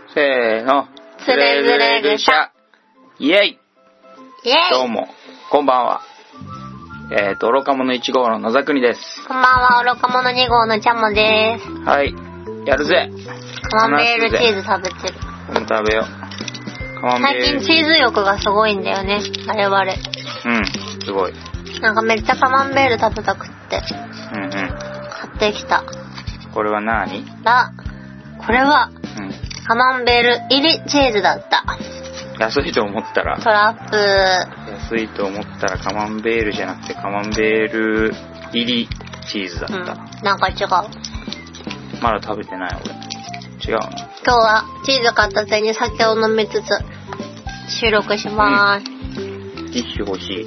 せーの。 つれづれぐしゃ。 イェイ。 イェイ。 どうも、こんばんは。愚か者1号の野沢国です。 こんばんは、愚か者2号のちゃんもです。 はい。やるぜ。 カマンベールチーズ食べてる。 食べよう。カマンベール。 最近チーズ欲がすごいんだよね、我々。 うん、すごい。 なんかめっちゃカマンベール食べたくって。 うんうん。 買ってきた。 これは何？ これは、カマンベール入りチーズだった。 安いと思ったら。 トラップ。 安いと思ったらカマンベールじゃなくてカマンベール入りチーズだった。 なんか違う。 まだ食べてない俺。違うの？ 今日はチーズ片手に酒を飲みつつ収録しまーす。 ティッシュ欲しい。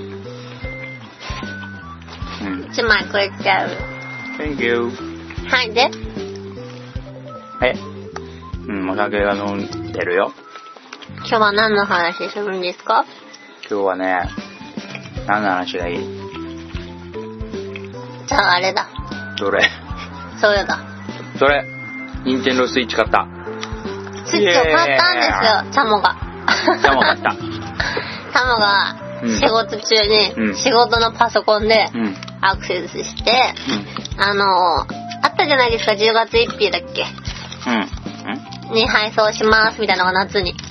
1枚くれちゃう。 Thank you。 はいで。 お酒が飲んでるよ。 今日は何の話するんですか？ 今日はね、何の話がいい？ じゃああれだ。 どれ？ そうだ。 それ、ニンテンドースイッチ買った。 スイッチを買ったんですよ、チャモが。 チャモ買った。 チャモが仕事中に仕事のパソコンでアクセスして、あったじゃないですか、10月1日だっけ？に配送しますみたいなのが夏に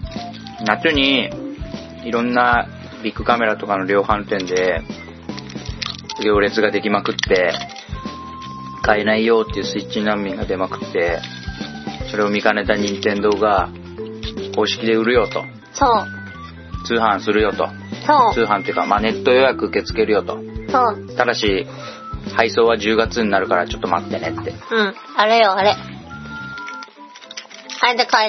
いろんなビッグカメラとかの量販店で行列ができまくって買えないよっていうスイッチ難民が出まくって、それを見かねた任天堂が公式で売るよと。そう通販するよと。そう通販っていうか、ネット予約受け付けるよと。そうただし配送は10月になるからちょっと待ってねって。あれよあれで帰って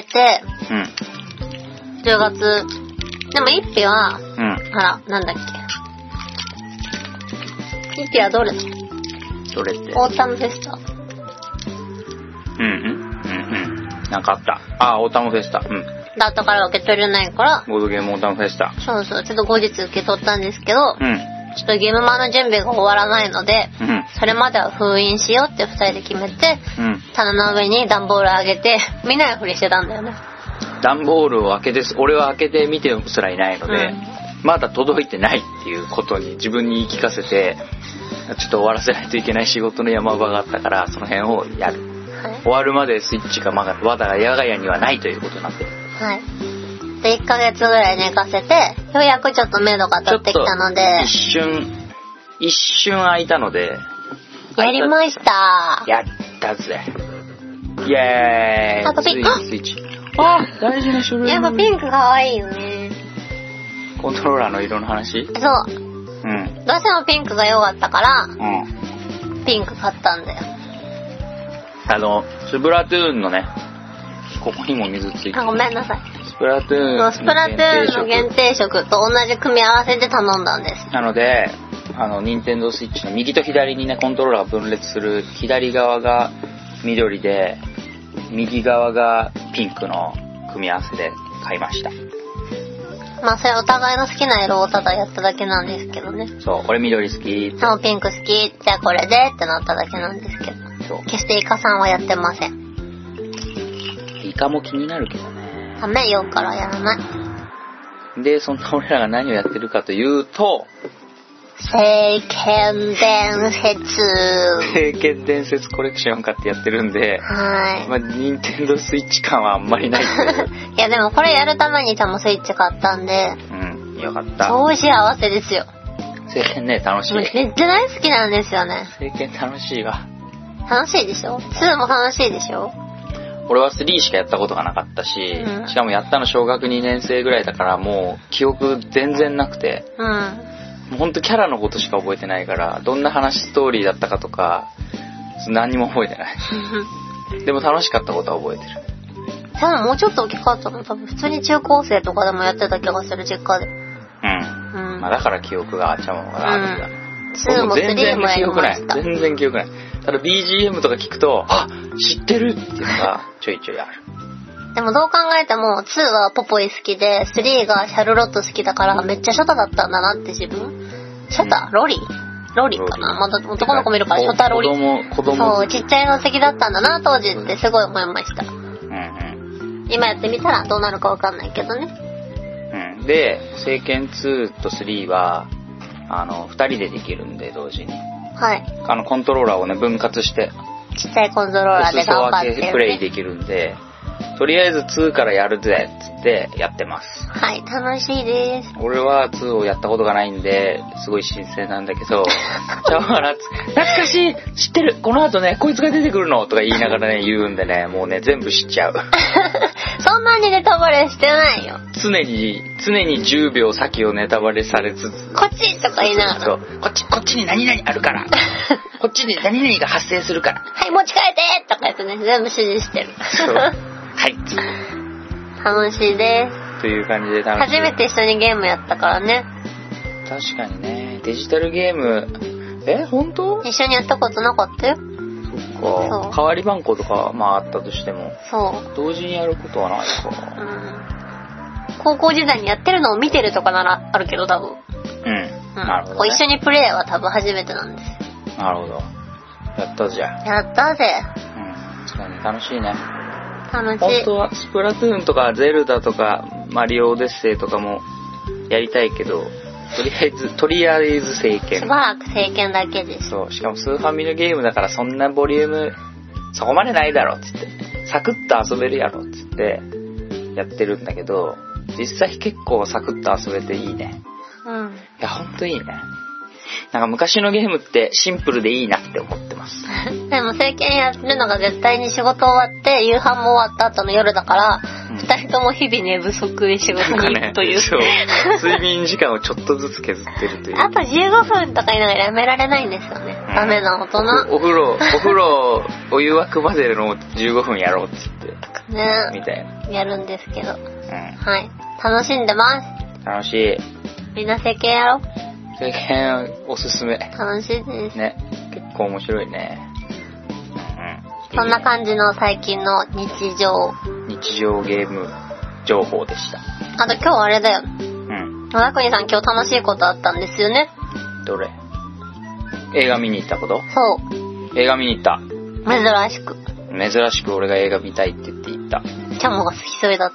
、10月、でも1日は、なんだっけ。1日はどれって。オータムフェスタ。なんかあった。オータムフェスタ。だったから受け取れないから。ボードゲームオータムフェスタ。そうそう、ちょっと後日受け取ったんですけど、ちょっとゲームマの準備が終わらないので、それまでは封印しようって2人で決めて、棚の上に段ボール上げて見ないふりしてたんだよね。段ボールを開けて、俺は開けて見てすらいないので、まだ届いてないっていうことに自分に言い聞かせて、ちょっと終わらせないといけない仕事の山場があったから、その辺をやる。終わるまでスイッチがまだ我が家にはないということになってる。はい。で、1ヶ月ぐらい寝かせて、ようやくちょっと目処が立ってきたので、一瞬空いたので、やりました。やったぜ。イエーイ。ピンク。スイッチ。大事な書類。やっぱピンク可愛いよね。コントローラーの色の話？そう。どうしてもピンクが良かったから、ピンク買ったんだよ。スプラトゥーンのね、ここにも水ついてる。ごめんなさい。スプラトゥーンの限定色と同じ組み合わせで頼んだんです。なので、ニンテンドースイッチの右と左にね、コントローラーが分裂する、左側が緑で、右側がピンクの組み合わせで買いました。それはお互いの好きな色をただやっただけなんですけどね。そう、俺緑好き。そう、ピンク好き。じゃあこれでってなっただけなんですけど。そう。決してイカさんはやってません。イカも気になるけどね。ダメよからやらない。で、そんな俺らが何をやってるかというと、聖剣伝説コレクション買ってやってるんで、ニンテンドースイッチ感はあんまりないけど。いやでもこれやるために多分スイッチ買ったんで、よかった。超幸せですよ。聖剣ね、楽しい。めっちゃ大好きなんですよね。聖剣楽しいわ。楽しいでしょ？ 2 も楽しいでしょ？俺は3しかやったことがなかったし、しかもやったの小学2年生ぐらいだからもう記憶全然なくて、もうほんとキャラのことしか覚えてないから、どんな話ストーリーだったかとか何にも覚えてないでも楽しかったことは覚えてる。多分もうちょっと大きかったの、多分普通に中高生とかでもやってた気がする、実家で。だから記憶があっちゃうものがあるんだ。2も3もやりました。全然記憶ない。ただ BGM とか聞くと、知ってるっていうのがちょいちょいある。でもどう考えても2はポポイ好きで3がシャルロット好きだからめっちゃショタだったんだなって自分。ショタ？ロリかな、まだ男の子見るからショタロリ。子供。そう、ちっちゃいの好きだったんだな当時ってすごい思いました。 今やってみたらどうなるかわかんないけどね。 うん。で、聖剣2と3は、2人でできるんで、同時に。 はい。 コントローラーをね、分割して。 ちっちゃいコントローラーで頑張ってる、ね。 プレイできるんで、とりあえず2からやるぜっつってやってます。 はい、楽しいです。 俺は2をやったことがないんで、すごい新鮮なんだけど、ちゃんは懐かしい、知ってる、この後ね、こいつが出てくるのとか言いながらね、言うんでね、もうね、全部知っちゃう。 そんなにネタバレしてないよ。 常に10秒先をネタバレされつつ。 こっちとか言いながら。 そう。こっちに何々あるから。こっちに何々が発生するから。 はい、持ち帰ってとか言ってね、全部指示してる。 そう。はい。 楽しいです。 という感じで楽しい。 初めて一緒にゲームやったからね。 確かにね。デジタルゲーム、本当？ 一緒にやったことなかったよ。 そっか。代わり番号とか、まああったとしても。 そう。 同時にやることはないか。 高校時代にやってるのを見てるとかならあるけど、多分。 なるほど、ね。 一緒にプレイは多分初めてなんです。 なるほど。やったじゃん。 やったぜ。 確かに楽しいね。 楽しい。 本当はスプラトゥーンとかゼルダとかマリオオデッセイとかもやりたいけど、とりあえず聖剣。 しばらく聖剣だけです。 そう。しかもスーファミのゲームだからそんなボリュームそこまでないだろっつって、サクッと遊べるやろっつってやってるんだけど、実際結構サクッと遊べていいね。いやほんといいね。なんか昔のゲームってシンプルでいいなって思ってます。 でも聖剣やるのが絶対に仕事終わって夕飯も終わった後の夜だから、2人とも日々寝不足で仕事に行くという、 そう睡眠時間をちょっとずつ削ってるという。 あと15分とか言いながらやめられないんですよね。ダメな大人。 お風呂お湯沸くまでの15分やろうっつってね、みたいなやるんですけど、はい、楽しんでます。 楽しい。 みんな聖剣やろう。 聖剣おすすめ。 楽しいですね。結構面白いね。 そんな感じの最近の日常ゲーム情報でした。 あと今日あれだよ。野田国さん今日楽しいことあったんですよね。 どれ？映画見に行ったこと？ そう。 映画見に行った。 珍しく俺が映画見たいって言って行った。 チャモが好きそうだった。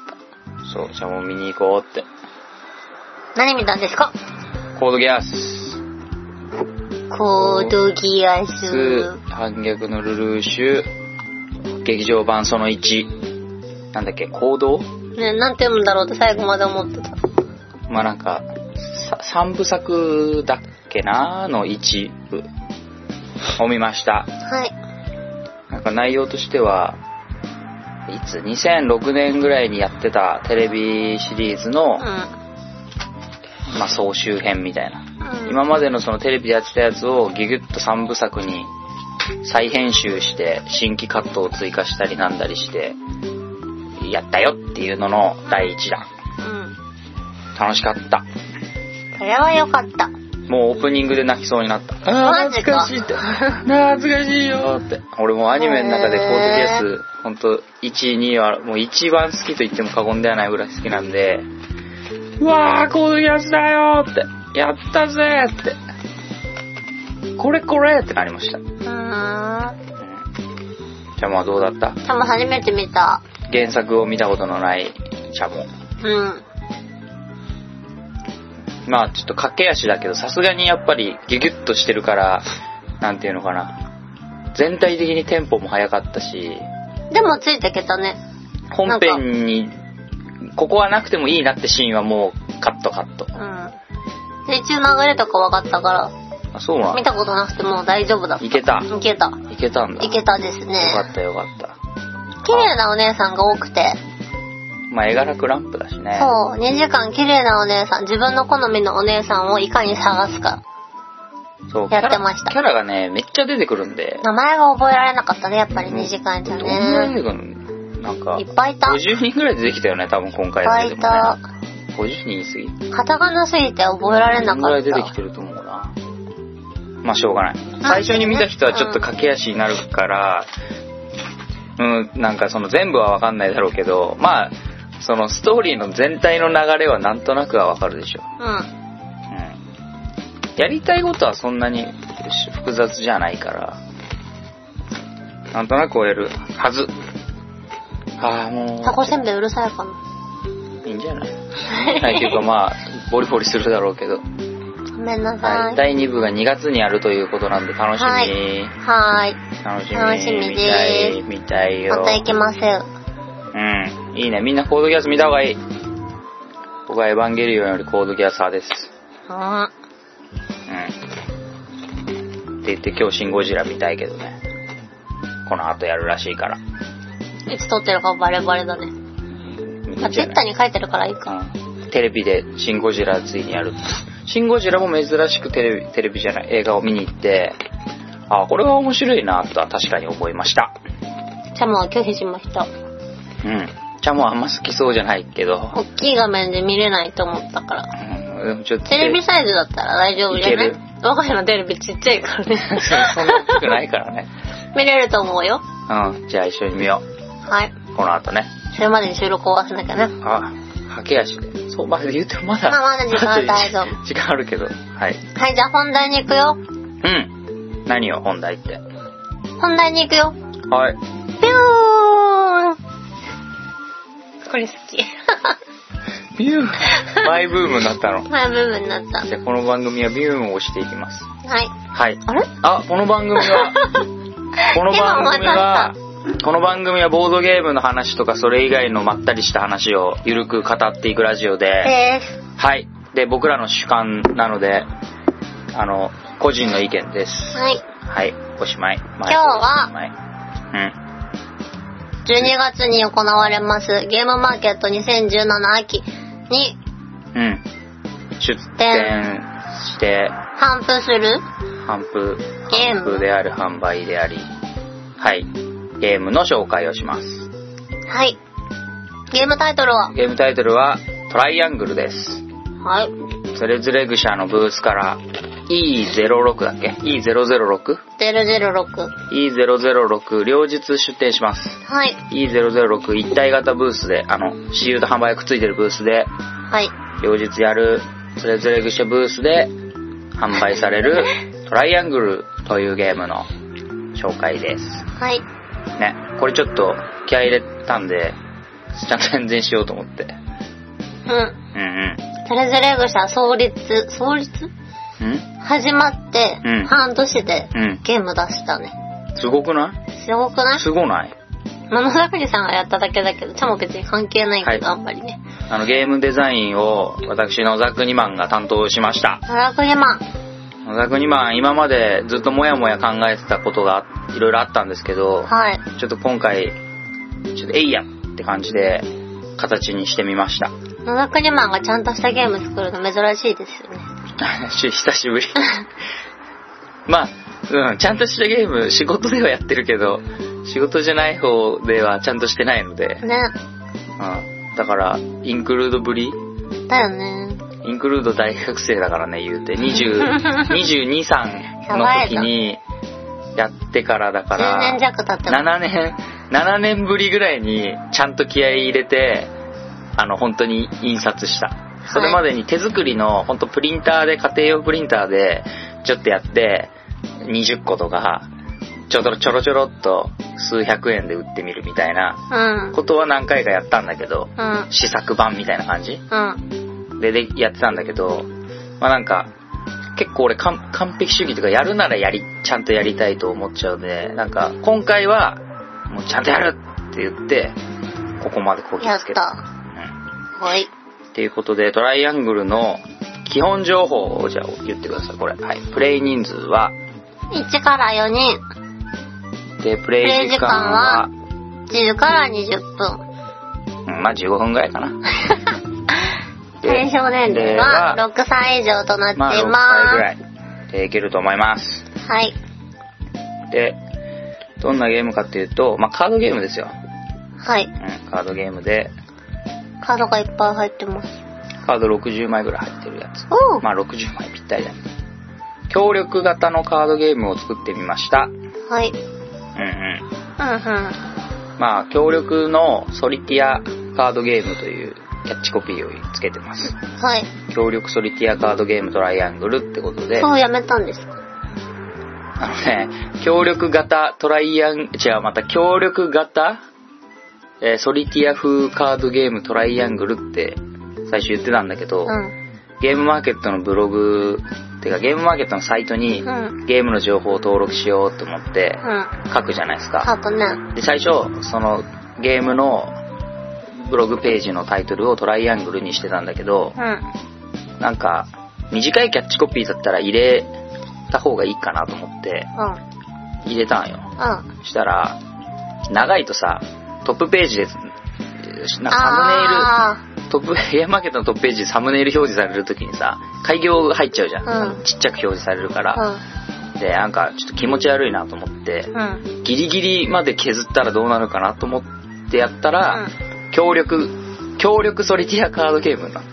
そう、チャモ見に行こうって。 何見たんですか？ コードギアス。反逆のルルーシュ劇場版その1。なんだっけ、行動？ ね、なんて読むんだろうって最後まで思ってた。 まあなんか3部作だっけなの一部を見ました。 はい。 なんか内容としては、いつ2006年ぐらいにやってたテレビシリーズの、まあ総集編みたいな。今までのそのテレビでやってたやつをギュギュッと3部作に再編集して新規カットを追加したりなんだりしてやったよっていうのの第1弾。楽しかった。 それは良かった。 もうオープニングで泣きそうになった。懐かしいって。懐かしいよって。俺もアニメの中でコードギアス、ほんと1、2はもう一番好きと言っても過言ではないぐらい好きなんで、うわーコードギアスだよって。やったぜって。これってなりました。じゃあまあどうだった？ ちゃんも初めて見た。 原作を見たことのないちゃんも。まあちょっと駆け足だけど、さすがにやっぱりギュギュッとしてるから、なんていうのかな。全体的にテンポも速かったし。 でもついてけたね。 本編に、ここはなくてもいいなってシーンはもうカット。 で、一応流れとか分かったから。 あ、そうなの？ 見たことなくても大丈夫だった。 いけたんだ。 いけたですね。 よかった。 綺麗なお姉さんが多くて。 まあ絵柄クランプだしね。 そう、2時間綺麗なお姉さん、自分の好みのお姉さんをいかに探すか。 そう、 やってました。 キャラがね、めっちゃ出てくるんで。 名前が覚えられなかったね、やっぱり2時間じゃね。 どんぐらい出てくるの？なんか、 いっぱいいた。 50人ぐらい出てきたよね、多分今回だけでもね。いっぱいいた。50人言い過ぎ？ カタカナすぎて覚えられなかった。どんぐらい出てきてると思うな。まあしょうがない。最初に見た人はちょっと駆け足になるから、なんかその全部はわかんないだろうけど、まあ、そのストーリーの全体の流れはなんとなくはわかるでしょ。やりたいことはそんなに複雑じゃないから、なんとなく終えるはず。 もう。タコせんべいうるさいかな。 いいんじゃないはい、っていうかまあ、ボリボリするだろうけど。 ごめんなさい。 はい、第2部が2月にやるということなんで楽しみ。 はい。 楽しみです。 見たいよ。 また行きません。 うん。いいね。みんなコードギアス見た方がいい。僕はエヴァンゲリオンよりコードギアス派です。って言って今日シンゴジラ見たいけどね。この後やるらしいから。 いつ撮ってるかバレバレだね。ツイッターに書いてるからいいか。 テレビでシンゴジラついにやる。シンゴジラも珍しくテレビじゃない映画を見に行って、これは面白いなとは確かに思いました。 チャモは拒否しました。 チャモはあんま好きそうじゃないけど。 大きい画面で見れないと思ったから。 でもちょっとテレビサイズだったら大丈夫じゃない？我が家のテレビちっちゃいからね。 そんな大きくないからね。 見れると思うよ。 じゃあ一緒に見よう。 はい。 この後ね。 それまでに収録終わらせなきゃね。 駆け足で。そうまで言うてもまだ。 まだ時間大丈夫。 時間あるけど。はい。 はい、じゃあ本題に行くよ。 何よ、本題って。 本題に行くよ。 はい。 ピューン。これ好き。 ビューン。マイブームになったの。 マイブームになった。 じゃあこの番組はビューンを押していきます。 はい。 はい。 あれ？ この番組はボードゲームの話とかそれ以外のまったりした話をゆるく語っていくラジオで、はい。で、僕らの主観なので、個人の意見です。 はい。 はい、おしまい。 今日は、12月に行われますゲームマーケット2017秋に、 出展して、 販布する販布である販売であり、はい。ゲームの紹介をします。 はい。ゲームタイトルはトライアングルです。 はい。 それぞれ愚者のブースから E06 だっけ ?E006? 006 両日出展します。 はい。 E006 一体型ブースで、私有と販売がくっついてるブースで、 はい。 両日やるそれぞれ愚者ブースで販売されるトライアングルというゲームの紹介です。 はい。 ね、これちょっと気合い入れたんで、ちゃんと宣伝しようと思って。 それぞれ愚者創立始まって半年でゲーム出したね。 すごくない？ すごくない？ すごない？ 野崎さんがやっただけだけど、ちゃも別に関係ないけど、あんまりね。 ゲームデザインを私野崎2万が担当しました。 野崎2 万、今までずっともやもや考えてたことがいろいろあったんですけど、 はい。 ちょっと今回、ちょっとえいやって感じで形にしてみました。 野崎2万がちゃんとしたゲーム作るの珍しいですよね。 久しぶり。まあ、ちゃんとしたゲーム、仕事ではやってるけど、仕事じゃない方ではちゃんとしてないので。 ね。 だから、インクルードぶりだよね。 インクルード大学生だからね、言うて。22、3の時にやってからだから、 10年弱経ってます。7年ぶりぐらいにちゃんと気合い入れて、本当に印刷した。それまでに手作りの、本当プリンターで、家庭用プリンターで、ちょっとやって、20個とか、ちょろちょろっと数百円で売ってみるみたいなことは何回かやったんだけど、試作版みたいな感じ、でやってたんだけど、まあなんか結構俺完璧主義とかやるならちゃんとやりたいと思っちゃうので、なんか今回はもうちゃんとやるって言ってここまでこぎつけた。 はい。 っていうことでトライアングルの基本情報をじゃあ言ってください。これ、はい。プレイ人数は 1から4人。 で、プレイ時間は 10から20分。 まあ15分ぐらいかな。 対象年齢は6歳以上となっています。 まあ6歳ぐらいでいけると思います。 はい。 で、どんなゲームかっていうと、まあカードゲームですよ。 はい。 カードゲームで。 カードがいっぱい入ってます。 カード60枚ぐらい入ってるやつ。まあ60枚ぴったりだね。協力型のカードゲームを作ってみました。 はい。 まあ協力のソリティアカードゲームというキャッチコピーをつけてます。 はい。 協力ソリティアカードゲームトライアングルってことで。 そうやめたんですか？ 協力型トライアン、また協力型ソリティア風カードゲームトライアングルって最初言ってたんだけど、ゲームマーケットのブログっていうかゲームマーケットのサイトにゲームの情報を登録しようと思って書くじゃないですか。 書くね。 で最初そのゲームのブログページのタイトルをトライアングルにしてたんだけど、なんか短いキャッチコピーだったら入れた方がいいかなと思って入れたんよ。したら長いとさトップページでサムネイルゲームマーケットのトップページでサムネイル表示されるときにさ開業が入っちゃうじゃん、ちっちゃく表示されるから、でなんかちょっと気持ち悪いなと思って、ギリギリまで削ったらどうなるかなと思ってやったら、協力ソリティアカードゲームになった。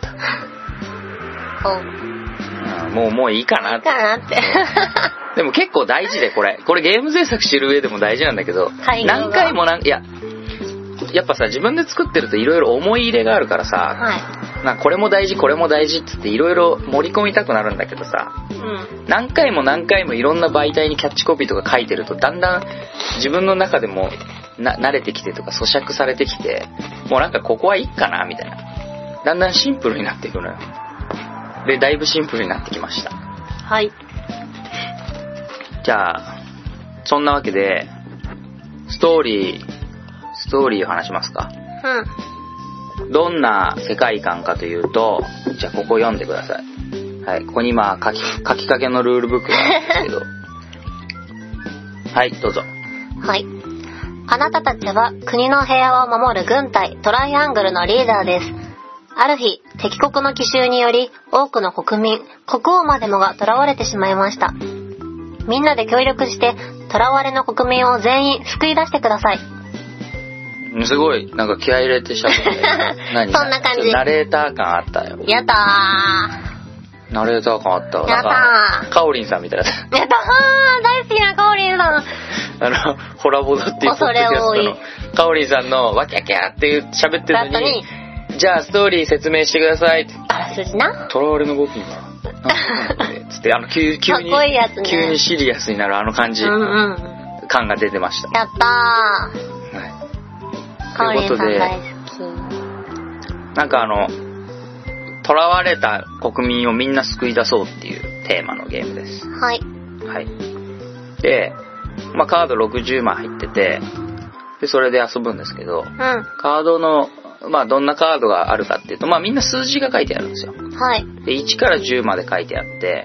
もういいかなって。でも結構大事でこれゲーム制作してる上でも大事なんだけど、何回もやっぱさ自分で作ってるといろいろ思い入れがあるからさ、なんかこれも大事これも大事っつっていろいろ盛り込みたくなるんだけどさ、何回もいろんな媒体にキャッチコピーとか書いてるとだんだん自分の中でも慣れてきてとか咀嚼されてきて、もうなんかここはいいかなみたいな、だんだんシンプルになっていくのよ。でだいぶシンプルになってきました。 はい。 じゃあそんなわけでストーリーを話しますか。どんな世界観かというと、じゃあここ読んでください。はい、ここに今書きかけのルールブックがあるんですけどはいどうぞ。 はい。あなたたちは国の平和を守る軍隊トライアングルのリーダーです。ある日敵国の奇襲により多くの国王までもが囚われてしまいました。みんなで協力して囚われの国民を全員救い出してください。 すごいなんか気合い入れてしゃべって何そんな感じ。 ナレーター感あったよ。 やったー。ナレーター感あったわ。 やったー。 カオリンさんみたいな。 やったー。大好きなカオリンさん。 ホラボドっていうポッドキャストのカオリンさんのワキャキャっていう喋ってるのに、じゃあストーリー説明してくださいって。 あらすじな。 トラワレの5分がつって急にシリアスになるあの感じ、感が出てました。 やったー。ということでなんか囚われた国民をみんな救い出そうっていうテーマのゲームです。 はい。 はい。で、カード60枚入ってて、でそれで遊ぶんですけど、カードのどんなカードがあるかっていうと、みんな数字が書いてあるんですよ。 はい。 で1から10まで書いてあって、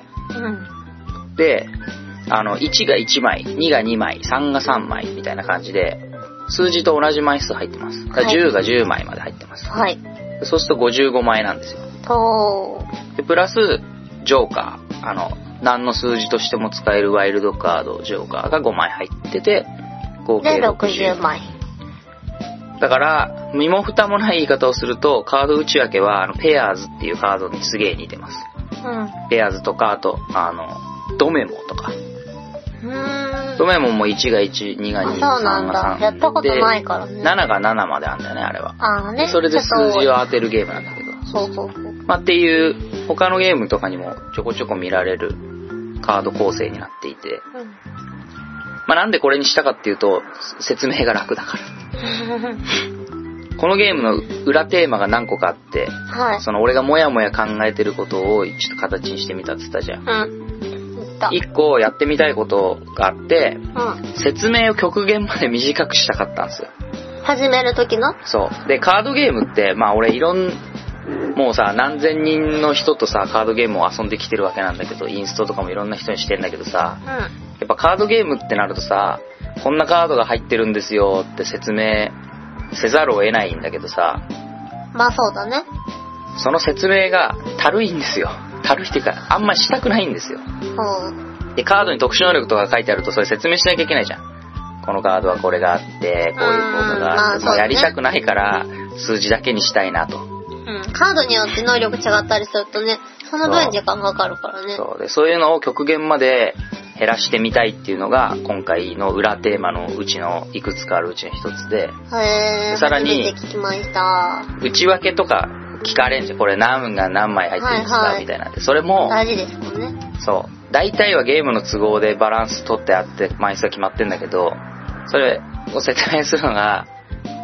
で1が1枚、2が2枚、3が3枚みたいな感じで。数字と同じ枚数入ってます。だから10が10枚まで入ってます。 はい。 そうすると55枚なんですよ。でプラスジョーカー、何の数字としても使えるワイルドカードジョーカーが5枚入ってて合計60枚。だから身も蓋もない言い方をするとカード内訳はペアーズっていうカードにすげえ似てます。ペアーズとかあとドメモとか。ドメモも1が1、2が2、3が3。 やったことないからね。 7が7まであるんだよね、あれは。でそれで数字を当てるゲームなんだけど。 そう。 っていう他のゲームとかにもちょこちょこ見られるカード構成になっていて。なんでこれにしたかっていうと説明が楽だから。このゲームの裏テーマが何個かあって、その俺がモヤモヤ考えてることをちょっと形にしてみたって言ったじゃん。1個やってみたいことがあって、説明を極限まで短くしたかったんですよ。 始める時の？ そうでカードゲームって俺もうさ何千人の人とさカードゲームを遊んできてるわけなんだけど、インストとかもいろんな人にしてんだけどさ、やっぱカードゲームってなるとさこんなカードが入ってるんですよって説明せざるを得ないんだけどさ、 そうだね。 その説明がたるいんですよ。たるいっていうかあんましたくないんですよ。でカードに特殊能力とか書いてあるとそれ説明しなきゃいけないじゃん。このカードはこれがあってこういうことがあって、もうやりたくないから数字だけにしたいなと。 カードによって能力違ったりするとね、その分時間かかるからね。 そういうのを極限まで減らしてみたいっていうのが今回の裏テーマのうちのいくつかあるうちの一つで、さらに内訳とか聞かれんじゃん。これ何が何枚入ってるんですか、みたいな。それも大事ですもんね。 大体はゲームの都合でバランス取ってあって枚数が決まってんだけど、それを説明するのが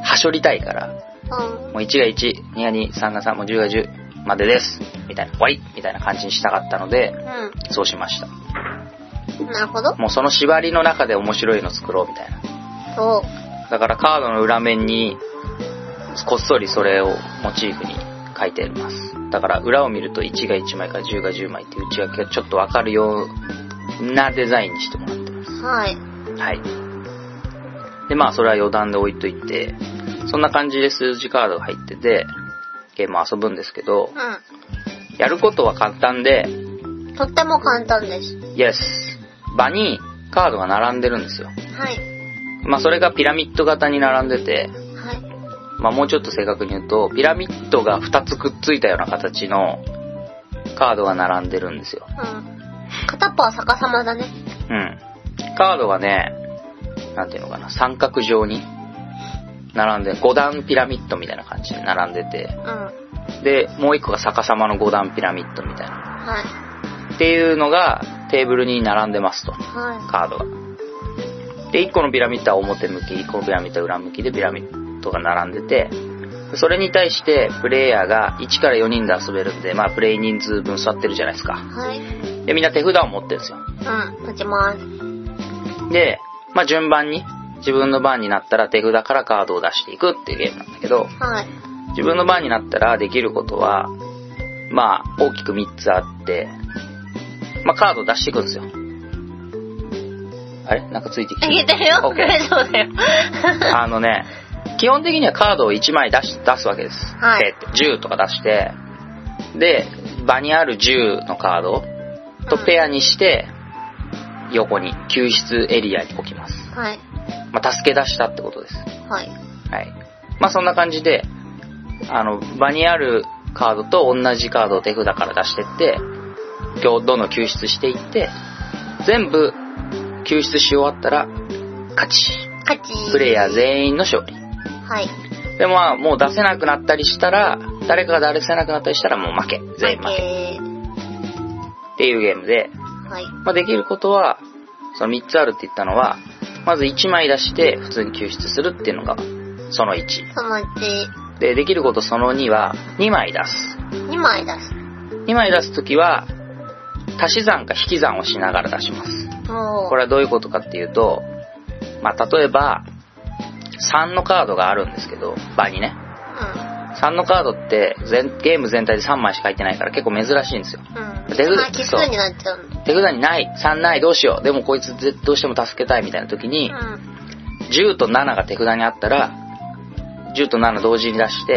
はしょりたいから、もう1が1、2が2、3が3、もう10が10までです。みたいな、終わりみたいな感じにしたかったので、そうしました。 なるほど。 もうその縛りの中で面白いの作ろうみたいな。 そう。 だからカードの裏面に、こっそりそれをモチーフに書いてあります。だから裏を見ると1が1枚から10が10枚っていう内訳がちょっとわかるようなデザインにしてもらってます。 はい。 はい。で、まあそれは余談で置いといて、そんな感じで数字カードが入ってて、ゲームを遊ぶんですけど、やることは簡単で、 とっても簡単です。 Yes。場にカードが並んでるんですよ。 はい。 まあそれがピラミッド型に並んでて、 はい。 まあもうちょっと正確に言うと、ピラミッドが2つくっついたような形のカードが並んでるんですよ。 片っぽは逆さまだね。 カードがね、なんていうのかな、三角状に並んで、5段ピラミッドみたいな感じで並んでて、で、もう1個が逆さまの5段ピラミッドみたいな。 はい。 っていうのがテーブルに並んでますと。 はい。 カードが。で、1個のピラミッドは表向き、1個のピラミッドは裏向きでピラミッドが並んでて、それに対してプレイヤーが1から4人で遊べるんで、まあプレイ人数分座ってるじゃないですか。 はい。 で、みんな手札を持ってるんですよ。 持ちます。 で、まあ順番に、自分の番になったら手札からカードを出していくっていうゲームなんだけど、 はい。 自分の番になったらできることは、まあ大きく3つあって、まあカードを出していくんですよ。あれなんかついてきてる。 いけてるよ。OK。そうだよ。 基本的にはカードを1枚出すわけです。 はい。 10とか出して、で、場にある10のカードとペアにして、横に救出エリアに置きます。 はい。 まあ、助け出したってことです。 はい。 はい。まあ、そんな感じで、場にあるカードと同じカードを手札から出してって、どんどん救出していって、全部救出し終わったら、勝ち。プレイヤー全員の勝利。 はい。 でもまあ、もう出せなくなったりしたら、誰かが出せなくなったりしたらもう負け。全員負け。っていうゲームで、 はい。 まあ、できることは、その3つあるって言ったのは、まず1枚出して普通に救出するっていうのがその1。 その1。 で、できることその2は2枚出す。 2枚出す。 2枚出すときは、足し算か引き算をしながら出します。これはどういうことかっていうと、まあ、例えば、3のカードがあるんですけど、場にね。3のカードってゲーム全体で3枚しか入ってないから結構珍しいんですよ。 手札奇数になっちゃう。 手札にない、3ないどうしよう。でもこいつどうしても助けたいみたいな時に、10と7が手札にあったら、10と7同時に出して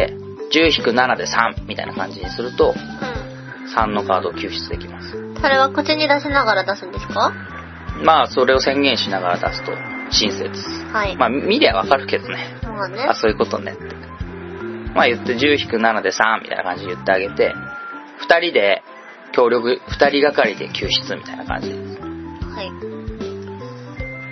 、10-7で3みたいな感じにすると、3のカードを救出できます。 それは口に出しながら出すんですか？ まあそれを宣言しながら出すと親切。 はい。 まあ見りゃわかるけどね。 まあね。 あ、そういうことねって。まあ言って10-7で3みたいな感じで言ってあげて、2人で2人がかりで救出みたいな感じです。 はい。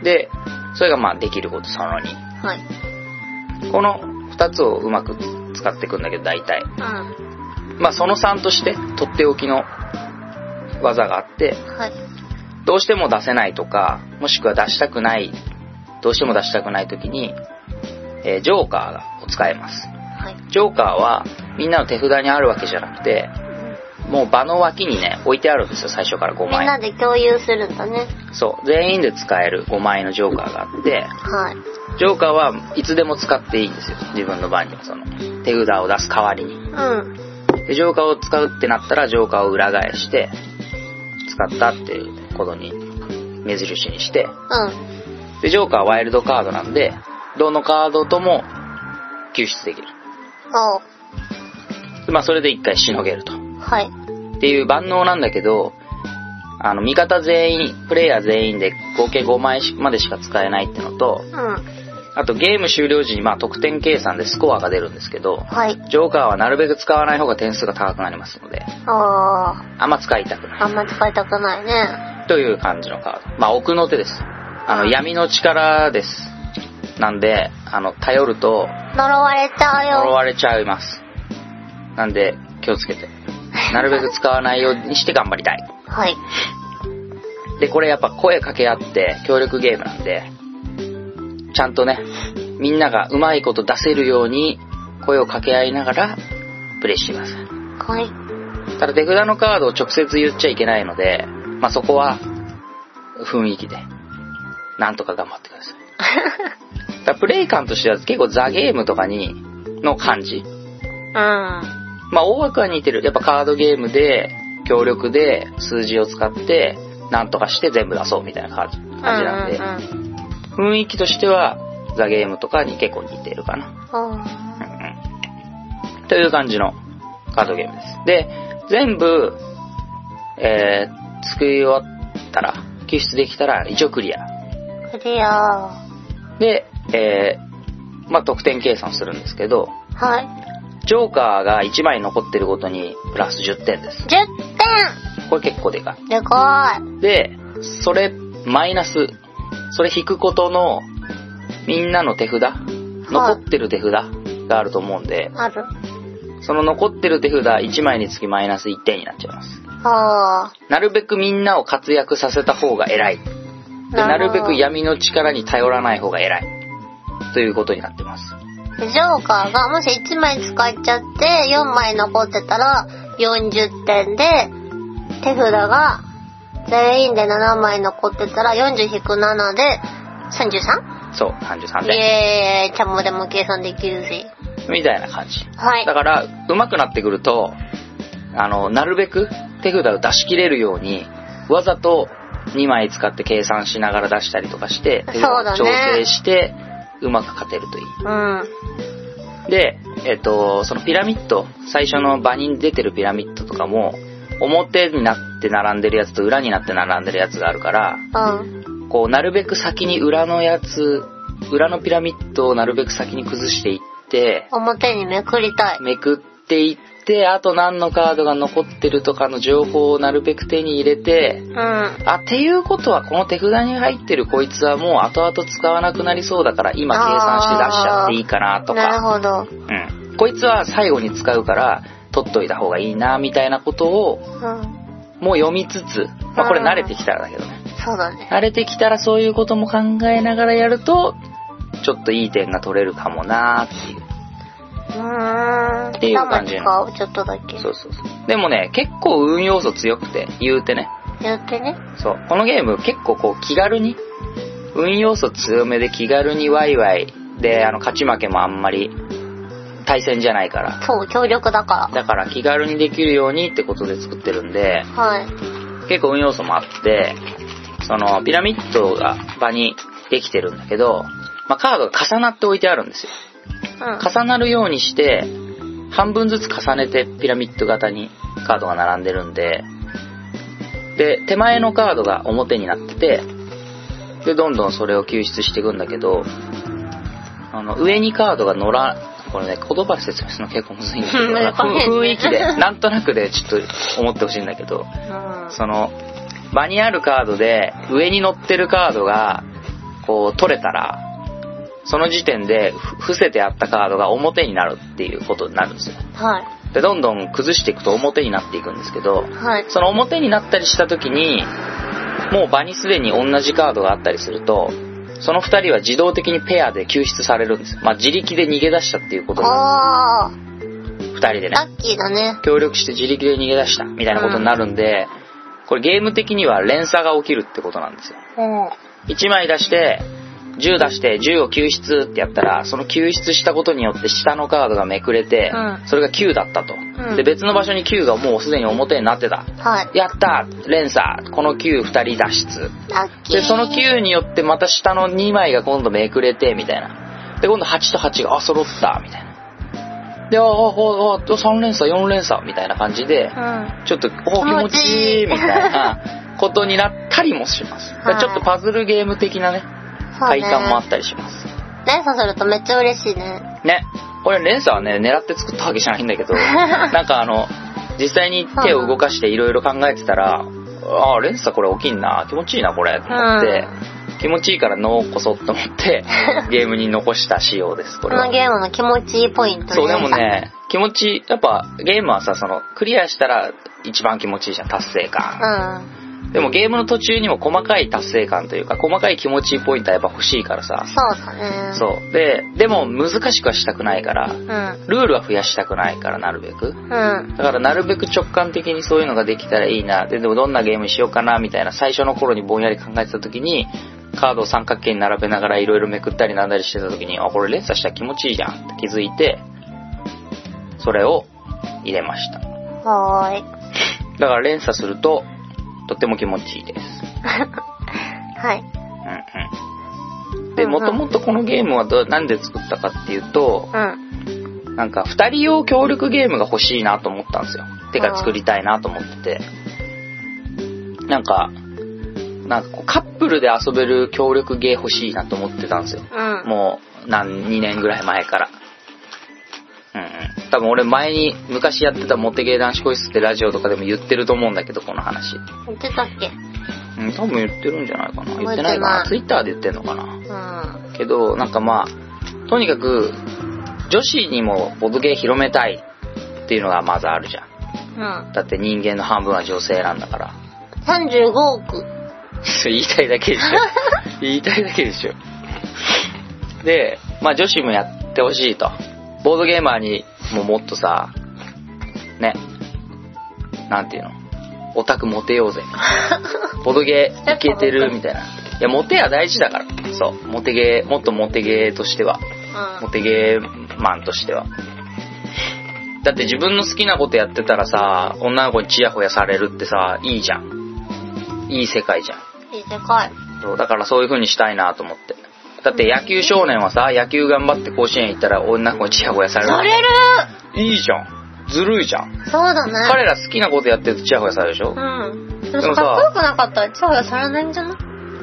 で、それがまあできることその2。 はい。 この2つをうまく使っていくんだけど大体。まあその3としてとっておきの技があって、 はい。 どうしても出せないとか、もしくはどうしても出したくないときに、ジョーカーを使えます。 はい。 ジョーカーはみんなの手札にあるわけじゃなくて、もう場の脇にね、置いてあるんですよ、最初から5枚。 みんなで共有するんだね。 そう。全員で使える5枚のジョーカーがあって、 はい。 ジョーカーはいつでも使っていいんですよ、自分の番に。その、手札を出す代わりに。で、ジョーカーを使うってなったら、ジョーカーを裏返して、使ったっていうことに、目印にして、で、ジョーカーはワイルドカードなんで、どのカードとも救出できる。で、まあ、それで1回しのげると。 はい。 っていう万能なんだけど、味方全員、プレイヤー全員で合計5枚までしか使えないってのと、あとゲーム終了時にまあ得点計算でスコアが出るんですけど、 はい、 ジョーカーはなるべく使わない方が点数が高くなりますので、あんま使いたくない。 あんま使いたくないね。 という感じのカード。まあ奥の手です。闇の力です。なんで、頼ると、 呪われちゃうよ。 呪われちゃいます。なんで、気をつけて。なるべく使わないようにして頑張りたい。 はい。 で、これやっぱ声かけ合って協力ゲームなんで、ちゃんとね、 みんながうまいこと出せるように声を掛け合いながらプレイしてください。 はい。 ただ手札のカードを直接言っちゃいけないので、そこは雰囲気でなんとか頑張ってください。だからプレイ感としては結構ザゲームとかの感じ。大枠は似てる。やっぱカードゲームで協力で数字を使ってなんとかして全部出そうみたいな感じなんで、雰囲気としてはザゲームとかに結構似てるかな。という感じのカードゲームです。で、全部、作り終わったら、救出できたら一応クリア。で、得点計算するんですけど、 はい。 ジョーカーが1枚残ってるごとにプラス10点です。 10点！ これ結構でかい。 でかい。で、それ引くことのみんなの手札、残ってる手札があると思うんで、その残ってる手札1枚につきマイナス1点になっちゃいます。なるべくみんなを活躍させた方が偉い。なるべく闇の力に頼らない方が偉い。ということになってます。 ジョーカーがもし1枚使っちゃって4枚残ってたら40点で、手札が全員で7枚残ってたら 40-7 で 33？ そう、33点。 イエーイ、ちゃんもでも計算できるぜ。 みたいな感じ。 はい。 だから、上手くなってくると、なるべく手札を出し切れるように、わざと2枚使って計算しながら出したりとかして、手札を調整して、うまく勝てるといい。で、そのピラミッド、最初の場に出てるピラミッドとかも、表になって並んでるやつと裏になって並んでるやつがあるから、こう、なるべく先に裏のピラミッドをなるべく先に崩していって、 表にめくりたい。 めくっていって、あと何のカードが残ってるとかの情報をなるべく手に入れて、っていうことはこの手札に入ってるこいつはもう後々使わなくなりそうだから今計算して出しちゃっていいかなとか。 なるほど。 こいつは最後に使うから取っといた方がいいなみたいなことを、もう読みつつ、これ慣れてきたらだけどね。 そうだね。 慣れてきたらそういうことも考えながらやると、ちょっといい点が取れるかもなーっていう。っていう感じの。 ちょっとだけ。 そう。でもね、結構運要素強くて、言うてね。そう。このゲーム結構こう気軽に、運要素強めで気軽にワイワイで、勝ち負けもあんまり対戦じゃないから。 そう、協力だから。 だから気軽にできるようにってことで作ってるんで、結構運要素もあって、そのピラミッドが場にできてるんだけど、カードが重なって置いてあるんですよ。重なるようにして半分ずつ重ねてピラミッド型にカードが並んでるんで、手前のカードが表になってて、でどんどんそれを救出していくんだけど、上にカードがこれね、言葉で説明するの結構むずいんだけど、雰囲気でなんとなくでちょっと思ってほしいんだけど、その場にあるカードで上に乗ってるカードがこう取れたら、その時点で伏せてあったカードが表になるっていうことになるんですよ。でどんどん崩していくと表になっていくんですけど、その表になったりした時にもう場にすでに同じカードがあったりすると、その2人は自動的にペアで救出されるんですよ。自力で逃げ出したっていうことになる。2人でね、 ラッキーだね。 協力して自力で逃げ出したみたいなことになるんで、これゲーム的には連鎖が起きるってことなんですよ。1枚出して10出して10を救出ってやったら、その救出したことによって下のカードがめくれて、それが9だったと、で別の場所に9がもうすでに表になってた、やった連鎖、この9、2人脱出で、その9によってまた下の2枚が今度めくれてみたいな、で今度8と8が揃ったみたいな、で3連鎖4連鎖みたいな感じで、ちょっと気持ちいいみたいなことになったりもします。ちょっとパズルゲーム的なね快感もあったりします。 連鎖するとめっちゃ嬉しいね。 これ連鎖はね狙って作ったわけじゃないんだけどなんか実際に手を動かしていろいろ考えてたら、連鎖これ大きいな、気持ちいいなこれと思って、気持ちいいから残そうと思ってゲームに残した仕様です。これこのゲームの気持ちいいポイント。 そう、でもね、気持ちやっぱゲームはさ、クリアしたら一番気持ちいいじゃん、達成感。 でもゲームの途中にも細かい達成感というか細かい気持ちいいポイントはやっぱ欲しいからさ。 そうだね。 そうでも難しくはしたくないから、ルールは増やしたくないからなるべく、だからなるべく直感的にそういうのができたらいいな。でもどんなゲームにしようかなみたいな最初の頃にぼんやり考えてた時にカードを三角形に並べながらいろいろめくったりなんだりしてた時にこれ連鎖したら気持ちいいじゃんって気づいてそれを入れました。 はーい。 だから連鎖するととっても気持ちいいです。 はい。 で、もともとこのゲームはなんで作ったかっていうと、なんか2人用協力ゲームが欲しいなと思ったんですよ。てか作りたいなと思ってて。なんかこうカップルで遊べる協力ゲー欲しいなと思ってたんですよ。もう2年ぐらい前から。多分俺昔やってたモテゲー男子個室ってラジオとかでも言ってると思うんだけど、この話。 言ってたっけ？ 多分言ってるんじゃないかな。言ってないかな。ツイッターで言ってんのかな。けどなんかとにかく女子にもボードゲー広めたいっていうのがまずあるじゃん。だって人間の半分は女性なんだから。 35億。 言いたいだけでしょ。言いたいだけでしょ。で、女子もやってほしいと。ボードゲーマーにもっとさ、ね、なんていうの、オタクモテようぜ。ボードゲーいけてるみたいな。いや、モテは大事だから。そう、もっとモテゲーとしては、モテゲーマンとしては。だって自分の好きなことやってたらさ、女の子にチヤホヤされるってさ、いいじゃん。いい世界じゃん。 いい世界。 そう、だからそういう風にしたいなと思って。だって野球少年はさ、野球頑張って甲子園行ったら女の子にチヤホヤされる。 される！ いいじゃん。ずるいじゃん。 そうだね。 彼ら好きなことやってるとチヤホヤされるでしょ？ でもかっこよくなかったらチヤホヤされないんじゃない？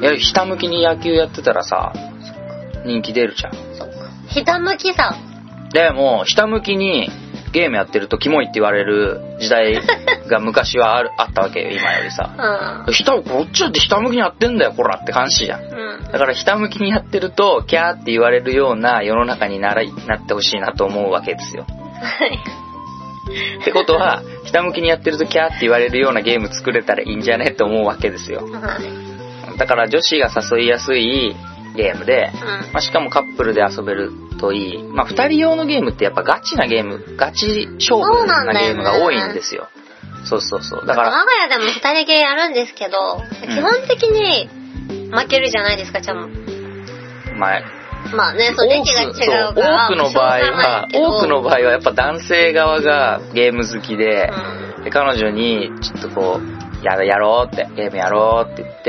いや、ひたむきに野球やってたらさ、人気出るじゃん。 そっか。ひたむきさ。 でも、ひたむきにゲームやってるとキモいって言われる時代が昔はあったわけよ、今よりさ。こっちだってひたむきにやってんだよ、こらって感じじゃん。だからひたむきにやってるとキャーって言われるような世の中になってほしいなと思うわけですよ。はい。ってことはひたむきにやってるとキャーって言われるようなゲーム作れたらいいんじゃねって思うわけですよ。はい。だから女子が誘いやすいゲームで、しかもカップルで遊べるといい。2人用のゲームってやっぱガチなゲーム、ガチ勝負なゲームが多いんですよ。そうそうそう。だから我が家でも2人ゲーやるんですけど、基本的に負けるじゃないですか、ちゃんも。まあね、そう、歴が違うから。 多くの場合はやっぱ男性側がゲーム好きで、彼女にちょっとこう、やろうって、ゲームやろうって言って、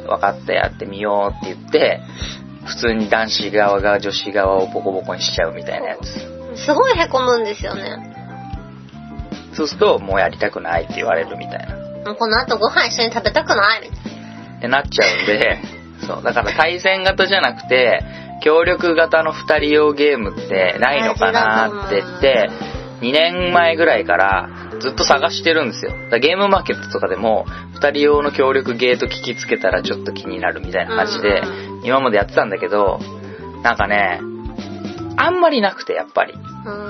分かったやってみようって言って、普通に男子側が女子側をボコボコにしちゃうみたいなやつ。 すごい凹むんですよね。 そうすると、もうやりたくないって言われるみたいな。 この後ご飯一緒に食べたくないみたいな。 ってなっちゃうんで、そう、だから対戦型じゃなくて、協力型の2人用ゲームってないのかなって言って、2年前ぐらいからずっと探してるんですよ。だからゲームマーケットとかでも、2人用の協力ゲーと聞きつけたらちょっと気になるみたいな感じで、今までやってたんだけど、なんかね、あんまりなくて、やっぱり。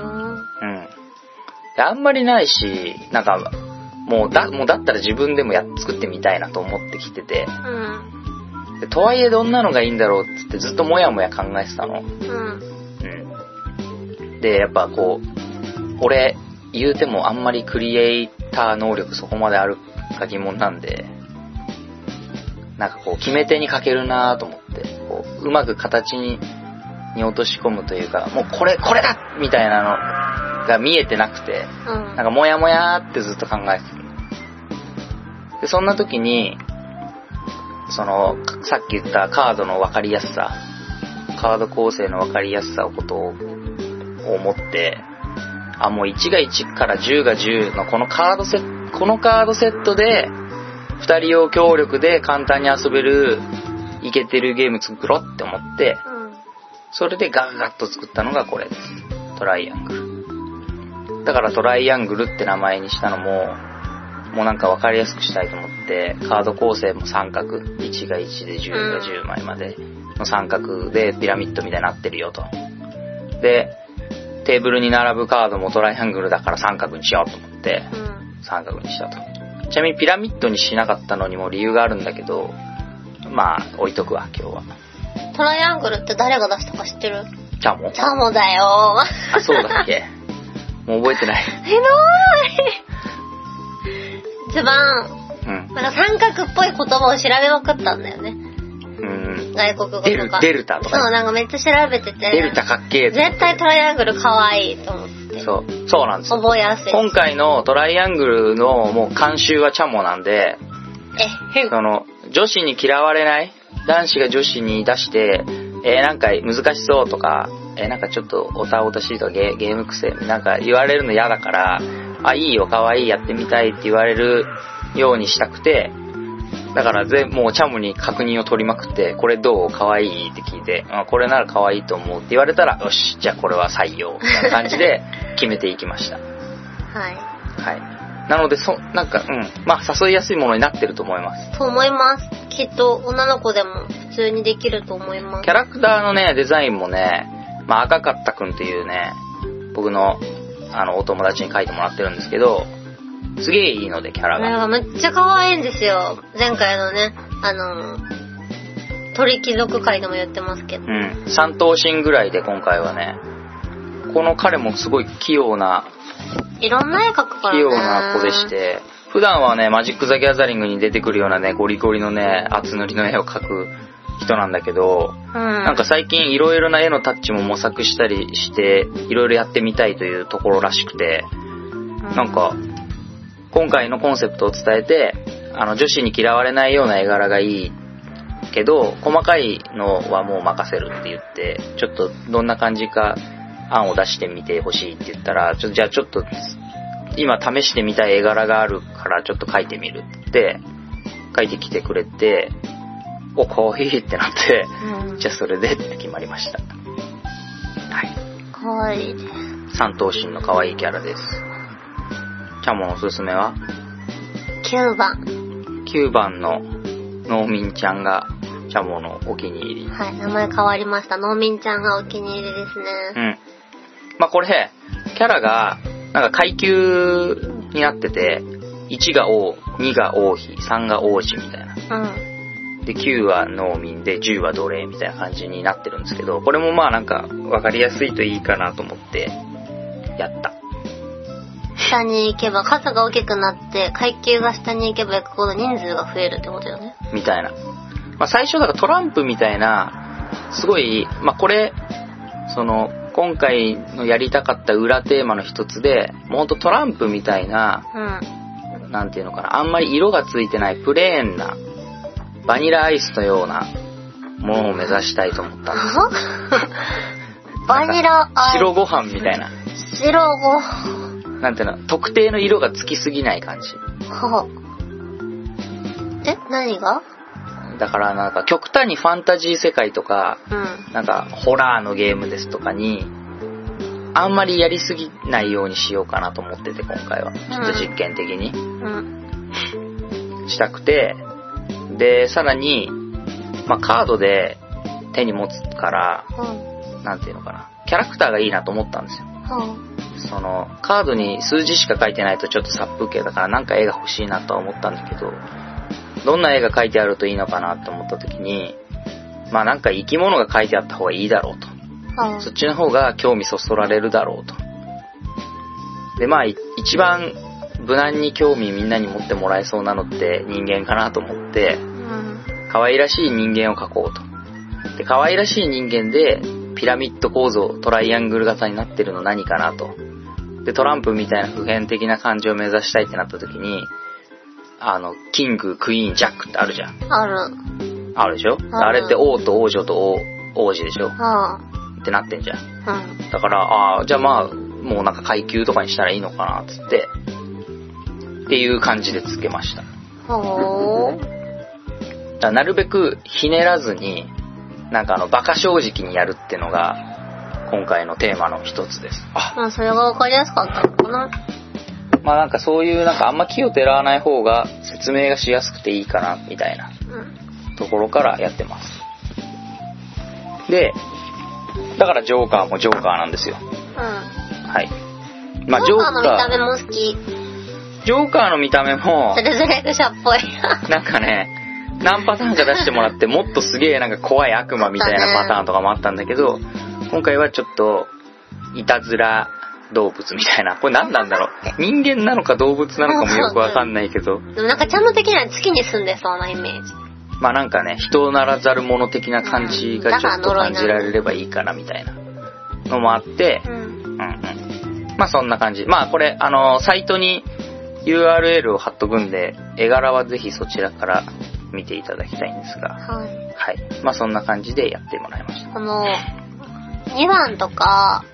あんまりないし、なんか、もうだったら自分でも作ってみたいなと思ってきてて、とはいえどんなのがいいんだろうってずっともやもや考えてたの。で、やっぱこう、俺言うてもあんまりクリエイター能力そこまであるか疑問なんで、なんかこう決め手に欠けるなと思って、こううまく形に落とし込むというか、もうこれだみたいなのが見えてなくて、なんかモヤモヤってずっと考えてる。で、そんな時に、さっき言ったカードの分かりやすさ、カード構成の分かりやすさを思って、もう1が1から10が10のこのカードセットで2人用協力で簡単に遊べるイケてるゲーム作ろうって思って、それでガッと作ったのがこれです。トライアングル。だからトライアングルって名前にしたのもなんか分かりやすくしたいと思って、カード構成も三角、1が1で10が10枚までの三角でピラミッドみたいになってるよと。で、テーブルに並ぶカードもトライアングルだから三角にしようと思って、三角にしたと。 ちなみにピラミッドにしなかったのにも理由があるんだけど、まあ置いとくわ今日は。 トライアングルって誰が出したか知ってる？ チャモ？ チャモだよ。 あ、そうだっけ？もう覚えてない。 ひどい。一番、なんか三角っぽい言葉を調べまくったんだよね。外国語とか。 デルタとか。 そう、なんかめっちゃ調べてて。 デルタかっけー。 絶対トライアングル可愛いと思って。 そうなんですよ。 覚えやすい。 今回のトライアングルのもう監修はチャモなんで、女子に嫌われない、男子が女子に出して、なんか難しそうとか、なんかちょっとおたしいとかゲーム癖なんか言われるの嫌だから、あ、いいよ可愛いやってみたいって言われるようにしたくて、だからもうチャモに確認を取りまくって、これどう可愛いって聞いて、これなら可愛いと思うって言われたら、よし、じゃあこれは採用みたいな感じで決めていきました。はい。なのでなんかまあ誘いやすいものになってると思います。 と思います。きっと女の子でも普通にできると思います。 キャラクターのねデザインもね、まあ赤かったくんっていうね、僕のお友達に描いてもらってるんですけど、すげえいいのでキャラが。 めっちゃ可愛いんですよ。前回のね鳥貴族会でも言ってますけど。 3頭身ぐらいで今回はね、この彼もすごい器用な。 いろんな絵描くからね。 器用な子でして、普段はねマジック・ザ・ギャザリングに出てくるようなねゴリゴリのね厚塗りの絵を描く人なんだけど、なんか最近いろいろな絵のタッチも模索したりしていろいろやってみたいというところらしくて、なんか今回のコンセプトを伝えて、女子に嫌われないような絵柄がいいけど細かいのはもう任せるって言って、ちょっとどんな感じか案を出してみてほしいって言ったら、じゃあちょっと今試してみたい絵柄があるからちょっと描いてみるって描いてきてくれて、お、かわいいってなって、じゃあそれでって決まりました。はい。 かわいいね。 三頭身のかわいいキャラです。チャモのおすすめは 9番。 9番の農民ちゃんがチャモのお気に入り。 はい、名前変わりました。農民ちゃんがお気に入りですね。 まあこれキャラがなんか階級になってて、1が王、2が王妃、3が王子みたいな。で9は農民で10は奴隷みたいな感じになってるんですけど、これもまあなんか分かりやすいといいかなと思ってやった。 下に行けば数が大きくなって階級が下に行けば行くほど人数が増えるってことよね。 みたいな。まあ最初だからトランプみたいなすごい、まあこれ今回のやりたかった裏テーマの一つで、もうほんとトランプみたいな、なんていうのかな、あんまり色がついてないプレーンなバニラアイスのようなものを目指したいと思ったんです。 バニラアイス。 白ご飯みたいな。 白ご飯。 なんていうの、特定の色がつきすぎない感じ。 何が？ だからなんか極端にファンタジー世界とか、なんかホラーのゲームですとかにあんまりやりすぎないようにしようかなと思ってて、今回はちょっと実験的に、したくて、でさらに、まあ、カードで手に持つから、なんていうのかな、キャラクターがいいなと思ったんですよ。カードに数字しか書いてないとちょっと殺風景だからなんか絵が欲しいなとは思ったんだけど、どんな絵が描いてあるといいのかなと思った時に、まあなんか生き物が描いてあった方がいいだろうと、そっちの方が興味そそられるだろうと。でまあ一番無難に興味みんなに持ってもらえそうなのって人間かなと思って、可愛らしい人間を描こうと。で可愛らしい人間でピラミッド構造、トライアングル型になってるの何かなと。でトランプみたいな普遍的な感じを目指したいってなった時に、キング、クイーン、ジャックってあるじゃん。あるでしょ。あれって王と王女と王子でしょ。ってなってんじゃん。だからじゃあまあもうなんか階級とかにしたらいいのかなっつってっていう感じでつけました。だなるべくひねらずになんかバカ正直にやるってのが今回のテーマの一つです。 それが分かりやすかったのかな。 まあなんかそういうなんかあんま気をてらわない方が説明がしやすくていいかなみたいなところからやってます。でだからジョーカーもジョーカーなんですよ。はい。まあジョーカーの見た目も好き。 ジョーカーの見た目もレズレグシャっぽいなんかね、何パターンか出してもらって、もっとすげえなんか怖い悪魔みたいなパターンとかもあったんだけど、今回はちょっといたずら動物みたいな、これ何なんだろう、人間なのか動物なのかもよくわかんないけど、 でもなんかちゃんと的には月に住んでそうなイメージ。 まあなんかね、人ならざる者的な感じがちょっと感じられればいいかなみたいなのもあって、まあそんな感じ。まあこれサイトに URL を貼っとくんで、絵柄はぜひそちらから見ていただきたいんですが、はい。まあそんな感じでやってもらいました。 2番とか、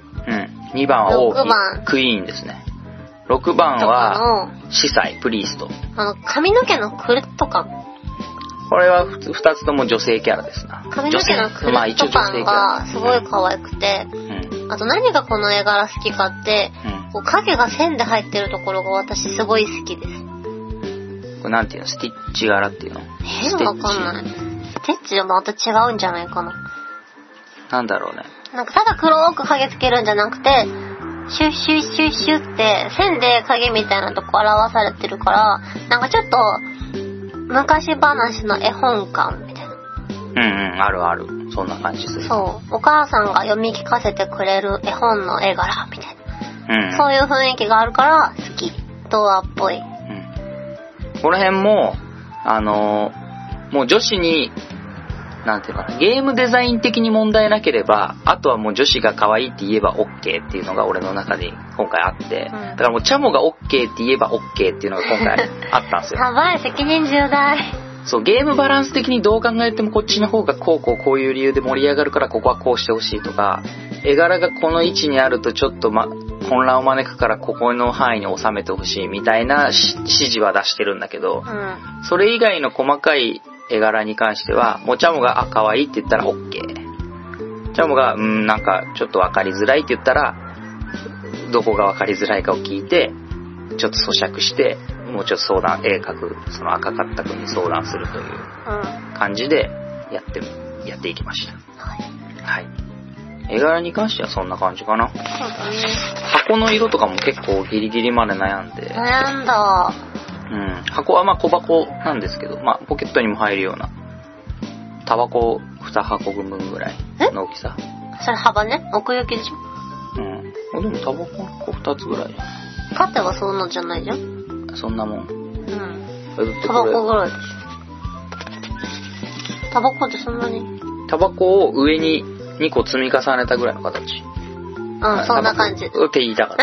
2番は6番クイーンですね。6番は司祭プリースト。 髪の毛のクルッと感。 これは2つとも女性キャラですな。 髪の毛のクルッと感がすごい可愛くて、あと何がこの絵柄好きかって、こう影が線で入ってるところが私すごい好きです。 これなんていうの、スティッチ柄っていうの？ わかんない。ステッチはまた違うんじゃないかな。 なんだろうね。 なんかただ黒く影つけるんじゃなくて、シュッシュッシュッシュッって線で影みたいなとこ表されてるから、なんかちょっと昔話の絵本感みたいな。あるある。そんな感じする。 そう。お母さんが読み聞かせてくれる絵本の絵柄みたいな。そういう雰囲気があるから好き。童話っぽい。 この辺も、もう女子に、なんていうかな、ゲームデザイン的に問題なければ、あとはもう女子が可愛いって言えば OK っていうのが俺の中で今回あって、だからもうチャモが OK って言えば OK っていうのが今回あったんですよ。 やばい、責任重大。 そう、ゲームバランス的にどう考えてもこっちの方がこういう理由で盛り上がるからここはこうしてほしいとか、絵柄がこの位置にあるとちょっと混乱を招くからここの範囲に収めてほしいみたいな指示は出してるんだけど、それ以外の細かい絵柄に関しては、もうチャモが可愛いって言ったら OK。チャモがなんかちょっと分かりづらいって言ったら、どこが分かりづらいかを聞いて、ちょっと咀嚼して、もうちょっと絵描くその赤かったくんに相談するという感じでやっていきました。はい。絵柄に関してはそんな感じかな。箱の色とかも結構ギリギリまで悩んで。 悩んだ。 箱はまあ小箱なんですけど、まあポケットにも入るようなタバコ2箱分ぐらいの大きさ。 それ幅ね、奥行きでしょ。でもタバコ2つぐらいじゃん。 縦はそんなじゃないじゃん。 そんなもん。 タバコぐらいでしょ。タバコってそんなに？ タバコを上に2個積み重ねたぐらいの形。 そんな感じ。 って言いたかった。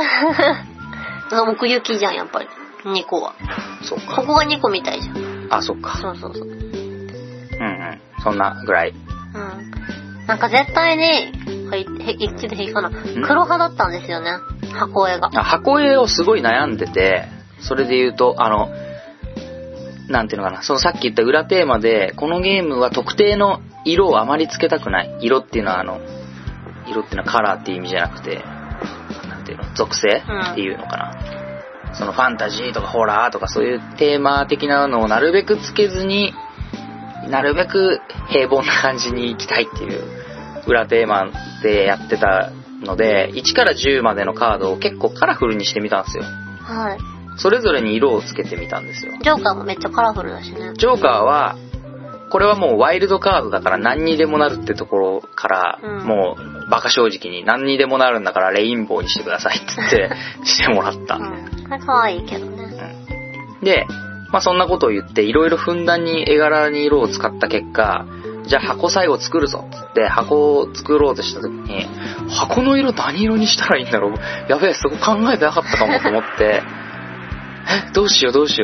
奥行きじゃん、やっぱり。2個は。 そうか。 ここが2個みたいじゃん。 あ、そっか。 そう。 そんなぐらい。 なんか絶対に、一致で平気かな。黒派だったんですよね。箱絵が。 箱絵をすごい悩んでて、それで言うと、なんていうのかな、そのさっき言った裏テーマで、このゲームは特定の色をあまりつけたくない。色っていうのはカラーっていう意味じゃなくて、なんていうの、属性っていうのかな。そのファンタジーとかホラーとかそういうテーマ的なのをなるべくつけずに、なるべく平凡な感じに行きたいっていう裏テーマでやってたので、1から10までのカードを結構カラフルにしてみたんですよ。 はい。 それぞれに色をつけてみたんですよ。 ジョーカーもめっちゃカラフルだしね。 ジョーカーは、これはもうワイルドカードだから何にでもなるってところから、もうバカ正直に何にでもなるんだからレインボーにしてくださいって言ってしてもらった。 これ可愛いけどね。 で、まあそんなことを言っていろいろふんだんに絵柄に色を使った結果、じゃあ箱最後作るぞって言って箱を作ろうとした時に、箱の色何色にしたらいいんだろう、やべえ、そこ考えてなかったかもと思ってどうしようっつ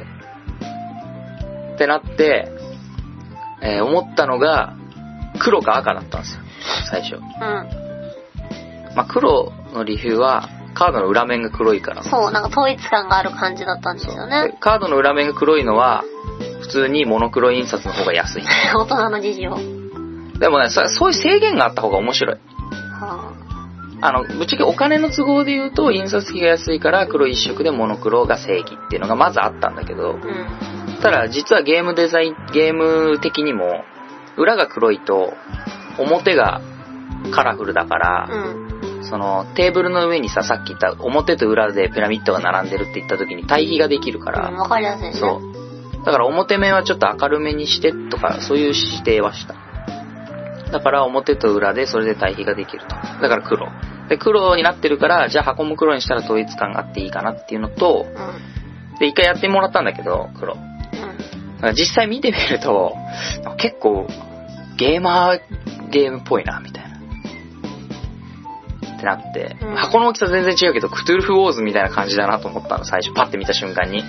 ってなって、思ったのが黒か赤だったんですよ最初。まあ黒の理由はカードの裏面が黒いから。 そう、なんか統一感がある感じだったんですよね。 カードの裏面が黒いのは普通にモノクロ印刷の方が安い。 大人の事情。 でもね、そういう制限があった方が面白い。ぶっちゃけお金の都合で言うと印刷費が安いから黒一色でモノクロが正義っていうのがまずあったんだけど、ただ実はゲーム的にも裏が黒いと表がカラフルだから、 そのテーブルの上にさっき言った表と裏でピラミッドが並んでるって言った時に対比ができるから、 わかりやすいね。 そうだから表面はちょっと明るめにしてとかそういう指定はした。だから表と裏でそれで対比ができると。だから黒で黒になってるから、じゃあ箱も黒にしたら統一感があっていいかなっていうのと、で一回やってもらったんだけど黒、だから実際見てみると結構ゲームっぽいなみたいなってなって、箱の大きさ全然違うけどクトゥルフウォーズみたいな感じだなと思ったの、最初パッて見た瞬間に、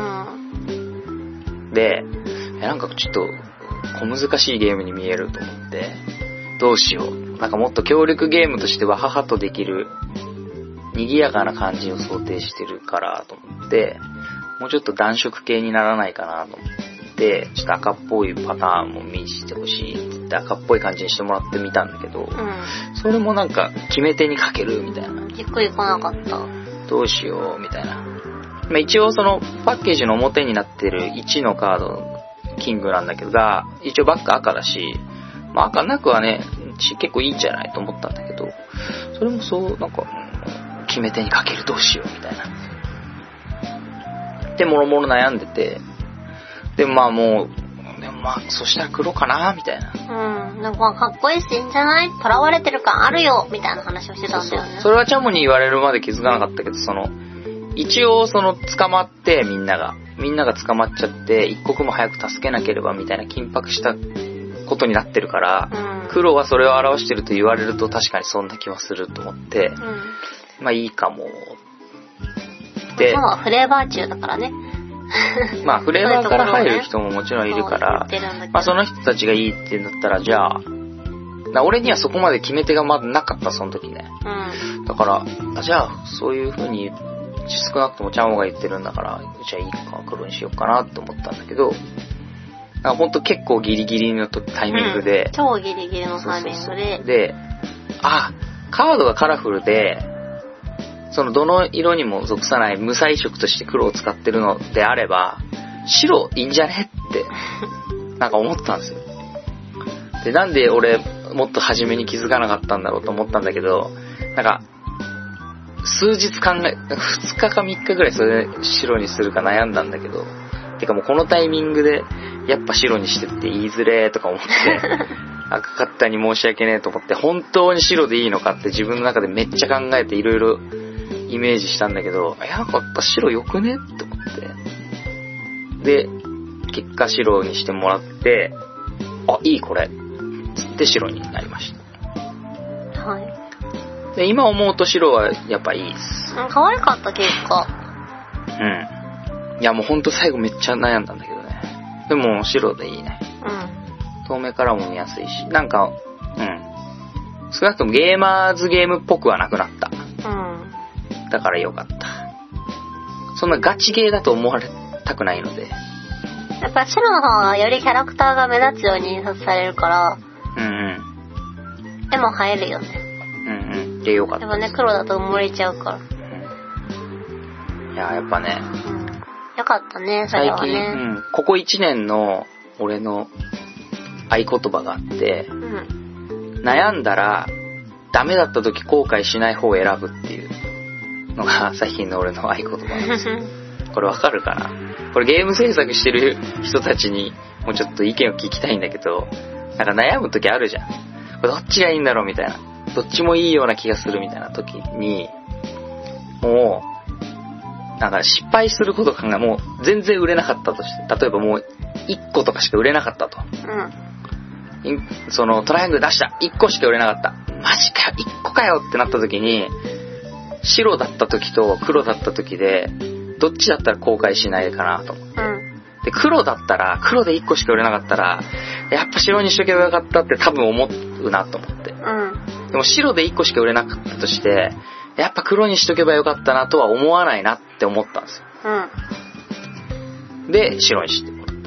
でなんかちょっと小難しいゲームに見えると思って、どうしよう、なんかもっと協力ゲームとしてわははとできる賑やかな感じを想定してるからと思って、もうちょっと暖色系にならないかなと思って、ちょっと赤っぽいパターンも見せてほしいって言って赤っぽい感じにしてもらってみたんだけど、それもなんか決め手にかけるみたいな、 じっくりこなかった、 どうしようみたいな。まあ、一応そのパッケージの表になってる1のカードキングなんだけどが、一応バック赤だし、まあ赤なくはね結構いいんじゃないと思ったんだけど、それもそうなんか決め手にかける、どうしようみたいなでもろもろ悩んでて、でもまあもうでもまあそしたら黒かなみたいな、 なんかかっこいいしいいんじゃない、囚われてる感あるよみたいな話をしてたんだよね。 それはチャモに言われるまで気づかなかったけど、その一応その捕まってみんなが捕まっちゃって一刻も早く助けなければみたいな緊迫したことになってるから、黒はそれを表してると言われると確かにそんな気はすると思って、まあいいかもで、 まあフレーバー中だからねまあフレーバーから入る人ももちろんいるから、まあその人たちがいいって言うんだったら、じゃあ俺にはそこまで決め手がまだなかった、その時ね、だからじゃあそういう風に少なくともちゃんおが言ってるんだから、じゃあいいか黒にしようかなって思ったんだけど、ほんと結構ギリギリのタイミングで、 超ギリギリのタイミングで、カードがカラフルで、そのどの色にも属さない無彩色として黒を使ってるのであれば白いいんじゃねってなんか思ったんですよ。でなんで俺もっと初めに気づかなかったんだろうと思ったんだけど、なんか数日2日か3日ぐらいそれ白にするか悩んだんだけど、てかもうこのタイミングでやっぱ白にしてって言いづれーとか思って赤かったに申し訳ねえと思って、本当に白でいいのかって自分の中でめっちゃ考えていろいろイメージしたんだけど、やっぱ白よくねって思って、で結果白にしてもらって、いいこれつって白になりました。はい。で今思うと白はやっぱいいです。 可愛かった結果。 いやもうほんと最後めっちゃ悩んだんだけどね。でも白でいいね。遠目からも見やすいし、なんか少なくともゲーマーズゲームっぽくはなくなった。だからよかった。そんなガチゲーだと思われたくないので。 やっぱ白の方がよりキャラクターが目立つように印刷されるから、絵も映えるよね。 でよかった。 やっぱね黒だと埋もれちゃうから。 いややっぱね。 よかったねそれはね。 最近ここ1年の俺の合言葉があって、悩んだらダメだった時後悔しない方を選ぶっていうのが最近の俺の合言葉なんですよ。これわかるかな？これゲーム制作してる人たちにもうちょっと意見を聞きたいんだけど、なんか悩む時あるじゃん。これどっちがいいんだろうみたいな、どっちもいいような気がするみたいな時に、もうなんか失敗することを考え、もう全然売れなかったとして、例えばもう1個とかしか売れなかったと、そのトライアングル出した1個しか売れなかった、マジかよ1個かよってなった時に、白だった時と黒だった時でどっちだったら後悔しないかなと思って、で黒だったら黒で1個しか売れなかったらやっぱ白にしとけばよかったって多分思うなと思って、でも白で1個しか売れなかったとしてやっぱ黒にしとけばよかったなとは思わないなって思ったんですよ、で白にしてもらった、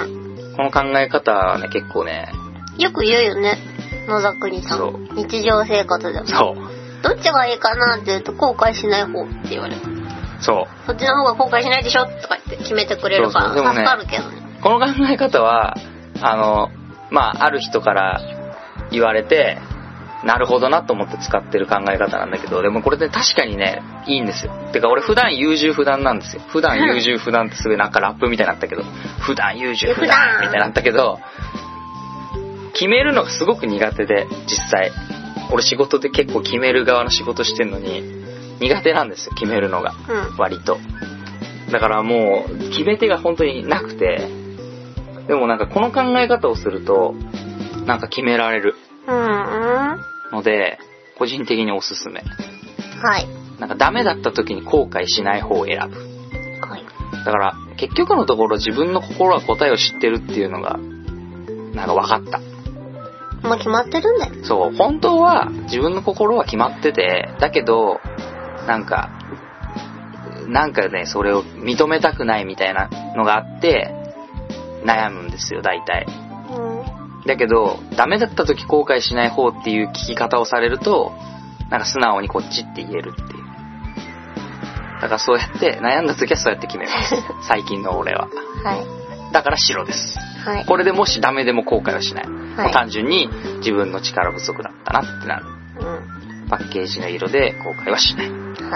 この考え方はね結構ねよく言うよね野田国さん。日常生活でもどっちがいいかなって言うと後悔しない方って言われる。そっちの方が後悔しないでしょとか言って決めてくれるから助かるけどね。 この考え方はある人から言われて、 なるほどなと思って使ってる考え方なんだけど、でもこれね確かにねいいんですよ。てか俺普段優柔不断なんですよ。普段優柔不断ってすごいなんかラップみたいになったけど、普段優柔不断みたいになったけど、決めるのがすごく苦手で、実際俺仕事で結構決める側の仕事してんのに苦手なんですよ、決めるのが、割と。だからもう決め手が本当になくて、でもなんかこの考え方をするとなんか決められるので、個人的におすすめ。 はい。 なんかダメだった時に後悔しない方を選ぶ。 はい。 だから結局のところ自分の心は答えを知ってるっていうのがなんか分かった。 もう決まってるんだよ。 そう、本当は自分の心は決まってて、だけどなんかね、それを認めたくないみたいなのがあって悩むんですよ、大体。だけどダメだった時後悔しない方っていう聞き方をされると、なんか素直にこっちって言えるっていう。だからそうやって悩んだ時はそうやって決めます最近の俺は。 はい。 だから白です。 はい。 これでもしダメでも後悔はしない。 はい、 単純に自分の力不足だったなってなる。パッケージの色で後悔はしない。はい。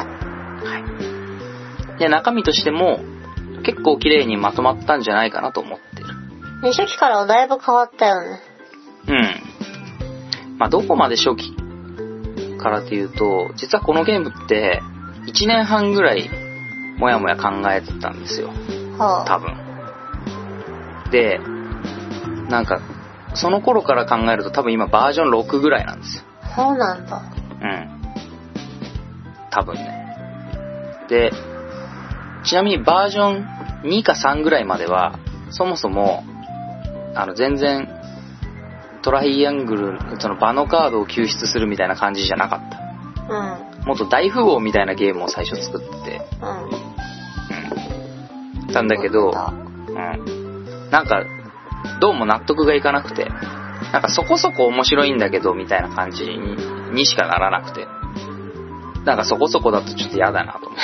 はい。で、中身としても結構綺麗にまとまったんじゃないかなと思ってる。 初期からはだいぶ変わったよね。 まあどこまで初期からというと、実はこのゲームって1年半ぐらいもやもや考えてたんですよ。多分。で、なんかその頃から考えると多分今バージョン6ぐらいなんですよ。 そうなんだ。 多分ね。で、ちなみにバージョン2か3ぐらいまではそもそも全然トライアングル、その場のカードを救出するみたいな感じじゃなかった。もっと大富豪みたいなゲームを最初作ってて、たんだけど、なんかどうも納得がいかなくて、なんかそこそこ面白いんだけどみたいな感じにしかならなくて、なんかそこそこだとちょっと嫌だなと思って、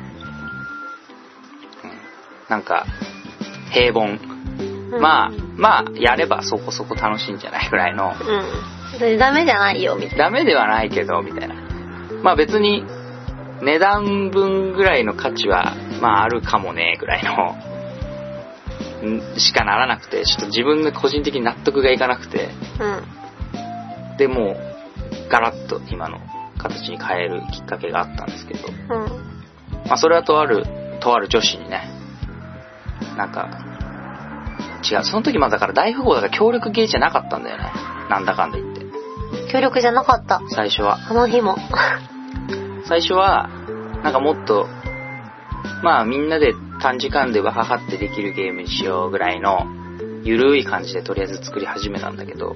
なんか平凡、まあやればそこそこ楽しいんじゃないぐらいの、 ダメじゃないよみたいな。 ダメではないけどみたいな。まあ別に値段分ぐらいの価値はまああるかもねぐらいのしかならなくて、ちょっと自分の個人的に納得がいかなくて、でもうガラッと今の形に変えるきっかけがあったんですけど、まあそれはとある女子にね、なんか違う、その時まだから大富豪だから協力ゲーじゃなかったんだよね、なんだかんだ言って。 協力じゃなかった、 最初は。 あの日も最初はなんかもっとまあみんなで短時間でわははってできるゲームにしようぐらいのゆるい感じでとりあえず作り始めたんだけど、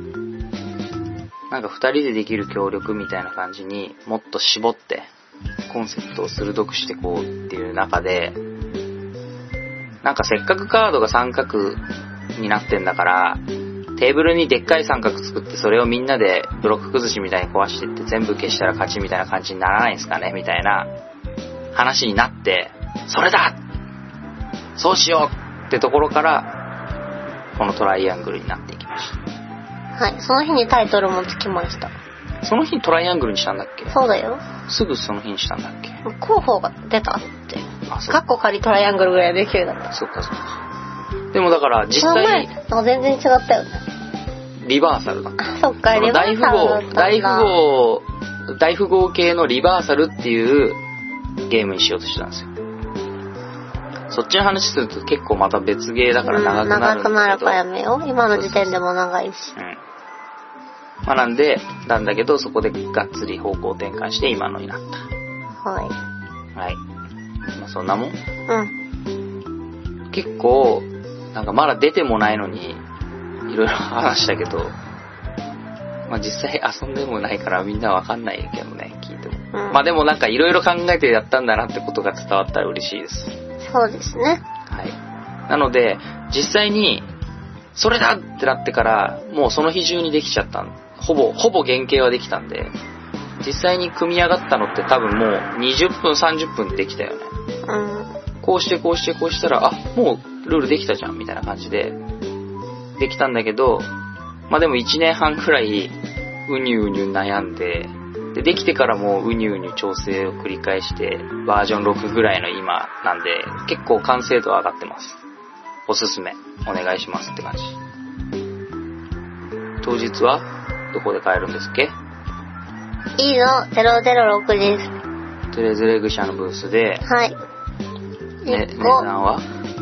なんか2人でできる協力みたいな感じにもっと絞ってコンセプトを鋭くしてこうっていう中で、なんかせっかくカードが三角になってんだからテーブルにでっかい三角作ってそれをみんなでブロック崩しみたいに壊してって全部消したら勝ちみたいな感じにならないんですかねみたいな話になって、それだそうしようってところからこのトライアングルになっていきました。 はい、その日にタイトルもつきました。 その日にトライアングルにしたんだっけ？ そうだよ。 すぐその日にしたんだっけ？ 候補が出たって。カッコ仮トライアングルぐらいできるだった。 そっかそっか。でもだから実際に全然違ったよね。 リバーサルだった。 そっか、リバーサルだったんだ。 大富豪系のリバーサルっていうゲームにしようとしてたんですよ。そっちの話すると結構また別ゲーだから長くなるんだけど、 長くなるからやめよう。今の時点でも長いし。 まあなんだけどそこでがっつり方向転換して今のになった。はい。まあそんなもん。結構なんかまだ出てもないのにいろいろ話したけど、まあ実際遊んでもないからみんなわかんないけどね、聞いても。まあでもなんかいろいろ考えてやったんだなってことが伝わったら嬉しいです。 そうですね。 はい。なので実際にそれだってなってからもうその日中にできちゃったん。ほぼ原型はできたんで、実際に組み上がったのって多分もう20分30分でできたよね。こうしてこうしたら、あ、もうルールできたじゃんみたいな感じでできたんだけど、まあでも1年半くらいうにゅうにゅ悩んで、できてからもうにゅうにゅ調整を繰り返して、バージョン6ぐらいの今なんで、結構完成度は上がってます。おすすめ、お願いしますって感じ。当日はどこで買えるんですっけ？ E の006です。 つれづれ愚者のブースで、 はい。 値段は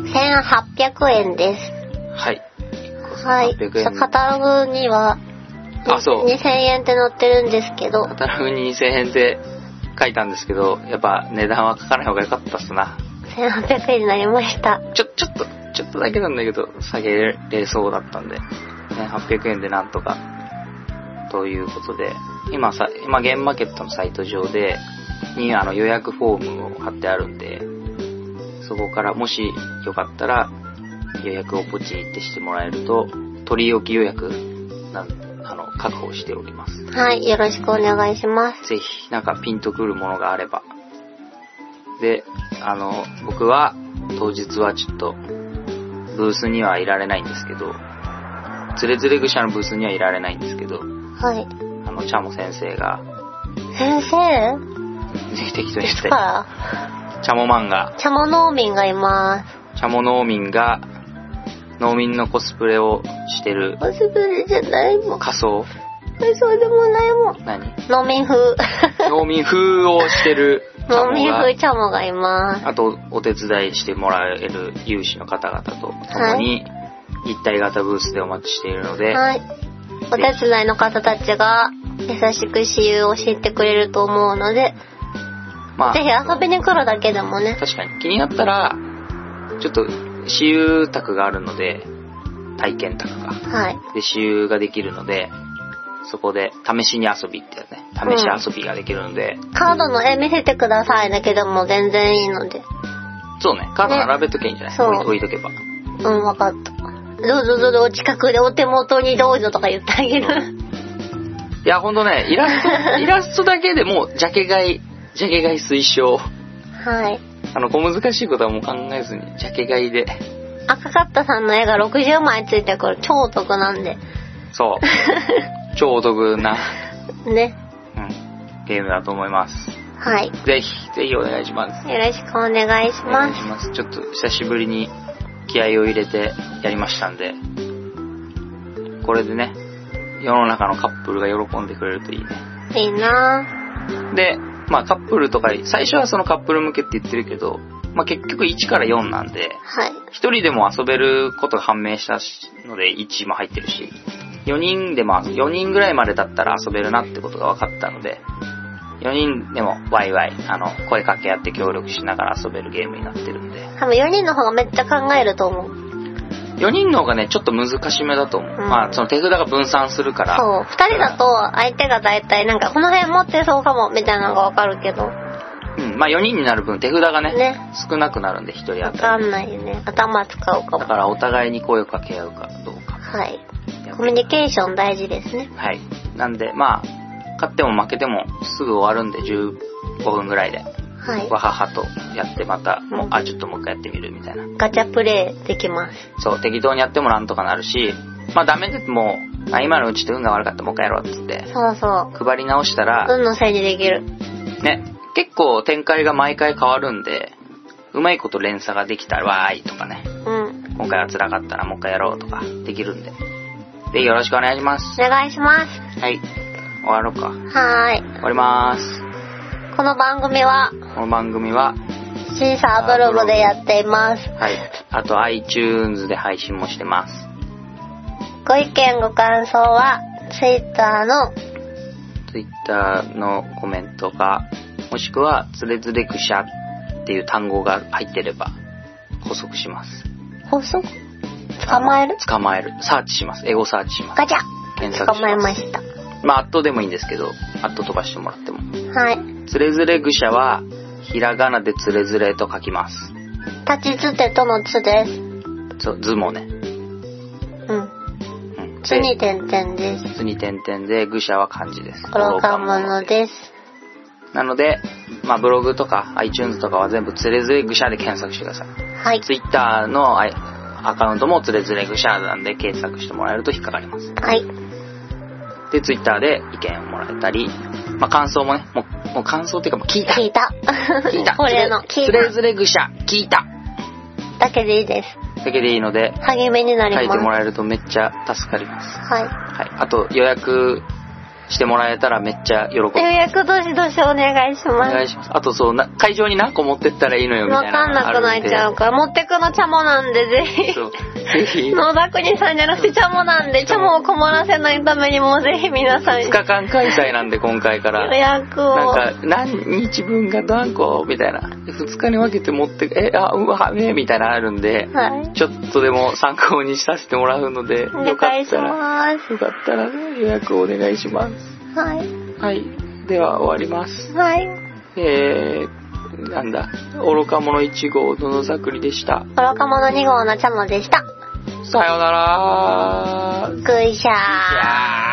1800円です。 はい。 はい。カタログには、そう。2000円って載ってるんですけど。 カタログに2000円って書いたんですけど、やっぱ値段は書かない方が良かったっすな。 1800円になりました。 ちょっとだけなんだけど、下げれそうだったんで、1800円でなんとか、ということで、今ゲームマーケットのサイト上で、に予約フォームを貼ってあるんで、そこからもしよかったら予約をポチってしてもらえると、取り置き予約確保しておきます。 はい、よろしくお願いします。 ぜひなんかピンとくるものがあれば。で、僕は当日はちょっとブースにはいられないんですけど、つれづれ愚者のブースにはいられないんですけど、 はい。 チャモ先生が。 先生？ 適当にして。 チャモマンが。 チャモ農民がいます。 チャモ農民が農民のコスプレをしてる。 コスプレじゃないもん。 仮装？ そうでもないもん。 何？ 農民風。 農民風をしてる。 農民風チャモがいます。 あとお手伝いしてもらえる有志の方々と共に、一体型ブースでお待ちしているので、 はい。お手伝いの方たちが優しく私有を教えてくれると思うので、ぜひ遊びに来るだけでもね。 確かに気になったらちょっと私有宅があるので、体験宅が、 はい。 で私有ができるので、そこで試しに遊びってやつね、試し遊びができるので、 カードの絵見せてくださいだけでも全然いいので。 そうね、カード並べとけいいんじゃない？そう置いとけば。 わかった。どうぞどうぞ近くでお手元にどうぞとか言ってあげる。 いやほんとね、イラストだけでもジャケ買い推奨。 はい。 小難しいことはもう考えずにジャケ買いで。 赤かったさんの絵が60枚ついてくる、超お得なんで。 そう。超お得なね。 ゲームだと思います。 はい。 ぜひお願いします。 よろしくお願いします。 お願いします。ちょっと久しぶりに気合を入れてやりましたんで、これでね、世の中のカップルが喜んでくれるといいね。 いいなぁ。で、カップルとか、最初はそのカップル向けって言ってるけど、結局1から4なんで、 はい。 1人でも遊べることが判明したので1も入ってるし、4人ぐらいまでだったら遊べるなってことが分かったので、4人でもワイワイ声かけ合って協力しながら遊べるゲームになってるんで。 多分4人の方がめっちゃ考えると思う。 4人の方がねちょっと難しめだと思う。その手札が分散するから。 そう。2人だと相手が大体なんかこの辺持ってそうかもみたいなのが分かるけど。 4人になる分手札がね少なくなるんで1人当たり。 分かんないよね。頭使うかも。 だからお互いに声をかけ合うかどうか。 はい。コミュニケーション大事ですね。 はい。なんで勝っても負けてもすぐ終わるんで15分ぐらいで。はい。わははとやってまた、ちょっともう一回やってみるみたいな。 ガチャプレイできます。 そう、適当にやってもなんとかなるし、ダメでも今のうちと運が悪かったらもう一回やろうっつって。 そうそう。 配り直したら。 運のせいにできる。 ね。結構展開が毎回変わるんで、うまいこと連鎖ができたらわーいとかね。今回は辛かったらもう一回やろうとかできるんで。ぜひよろしくお願いします。 お願いします。 はい。終わろうか。 はーい。 終わりまーす。 この番組はシーサーブログでやっています。 はい。あと iTunes で配信もしてます。 ご意見ご感想は Twitter のコメントか、もしくはつれづれ愚者っていう単語が入ってれば補足します。 補足？捕まえる？ 捕まえる。サーチします。エゴサーチします。 ガチャ！ 検索します。 捕まえました。 アットでもいいんですけど、アット飛ばしてもらっても。 はい。 つれづれ愚者はひらがなでつれづれと書きます。 立ちつてとのつです。 そう、図もね。 つに点々です。 つに点々で愚者は漢字です。 愚か者です。 なので、ブログとか iTunes とかは全部つれづれ愚者で検索してください。 はい。 Twitter のアカウントもつれづれ愚者なんで検索してもらえると引っかかります。 はい。 で、ツイッターで意見をもらえたり、まあ、感想もね、もう感想っていうか、聞いた。 聞いた。これの、 聞いた。つれづれぐしゃ、聞いた。 だけでいいです。 だけでいいので、 励みになります。 書いてもらえるとめっちゃ助かります。 はい。 はい。あと、予約してもらえたらめっちゃ喜ぶ。 予約どしどしお願いします。 お願いします。あと会場に何個持ってったらいいのよみたいな。 わかんなくなっちゃうから、持ってくのチャモなんでぜひ。そう。ぜひ。野田国さんじゃなくてチャモなんで、チャモを困らせないためにもぜひ皆さん。 2日間開催なんで今回から。 予約を。 なんか、何日分が何個みたいな。2日に分けて持って、みたいなのあるんで、はい、ちょっとでも参考にさせてもらうので、 お願いします。 よかったら予約をお願いします。 はい。 はい。では終わります。 はい。 なんだ。愚か者1号の野ざくりでした。 愚か者2号のチャモでした。 さよなら。 ぐいしゃー。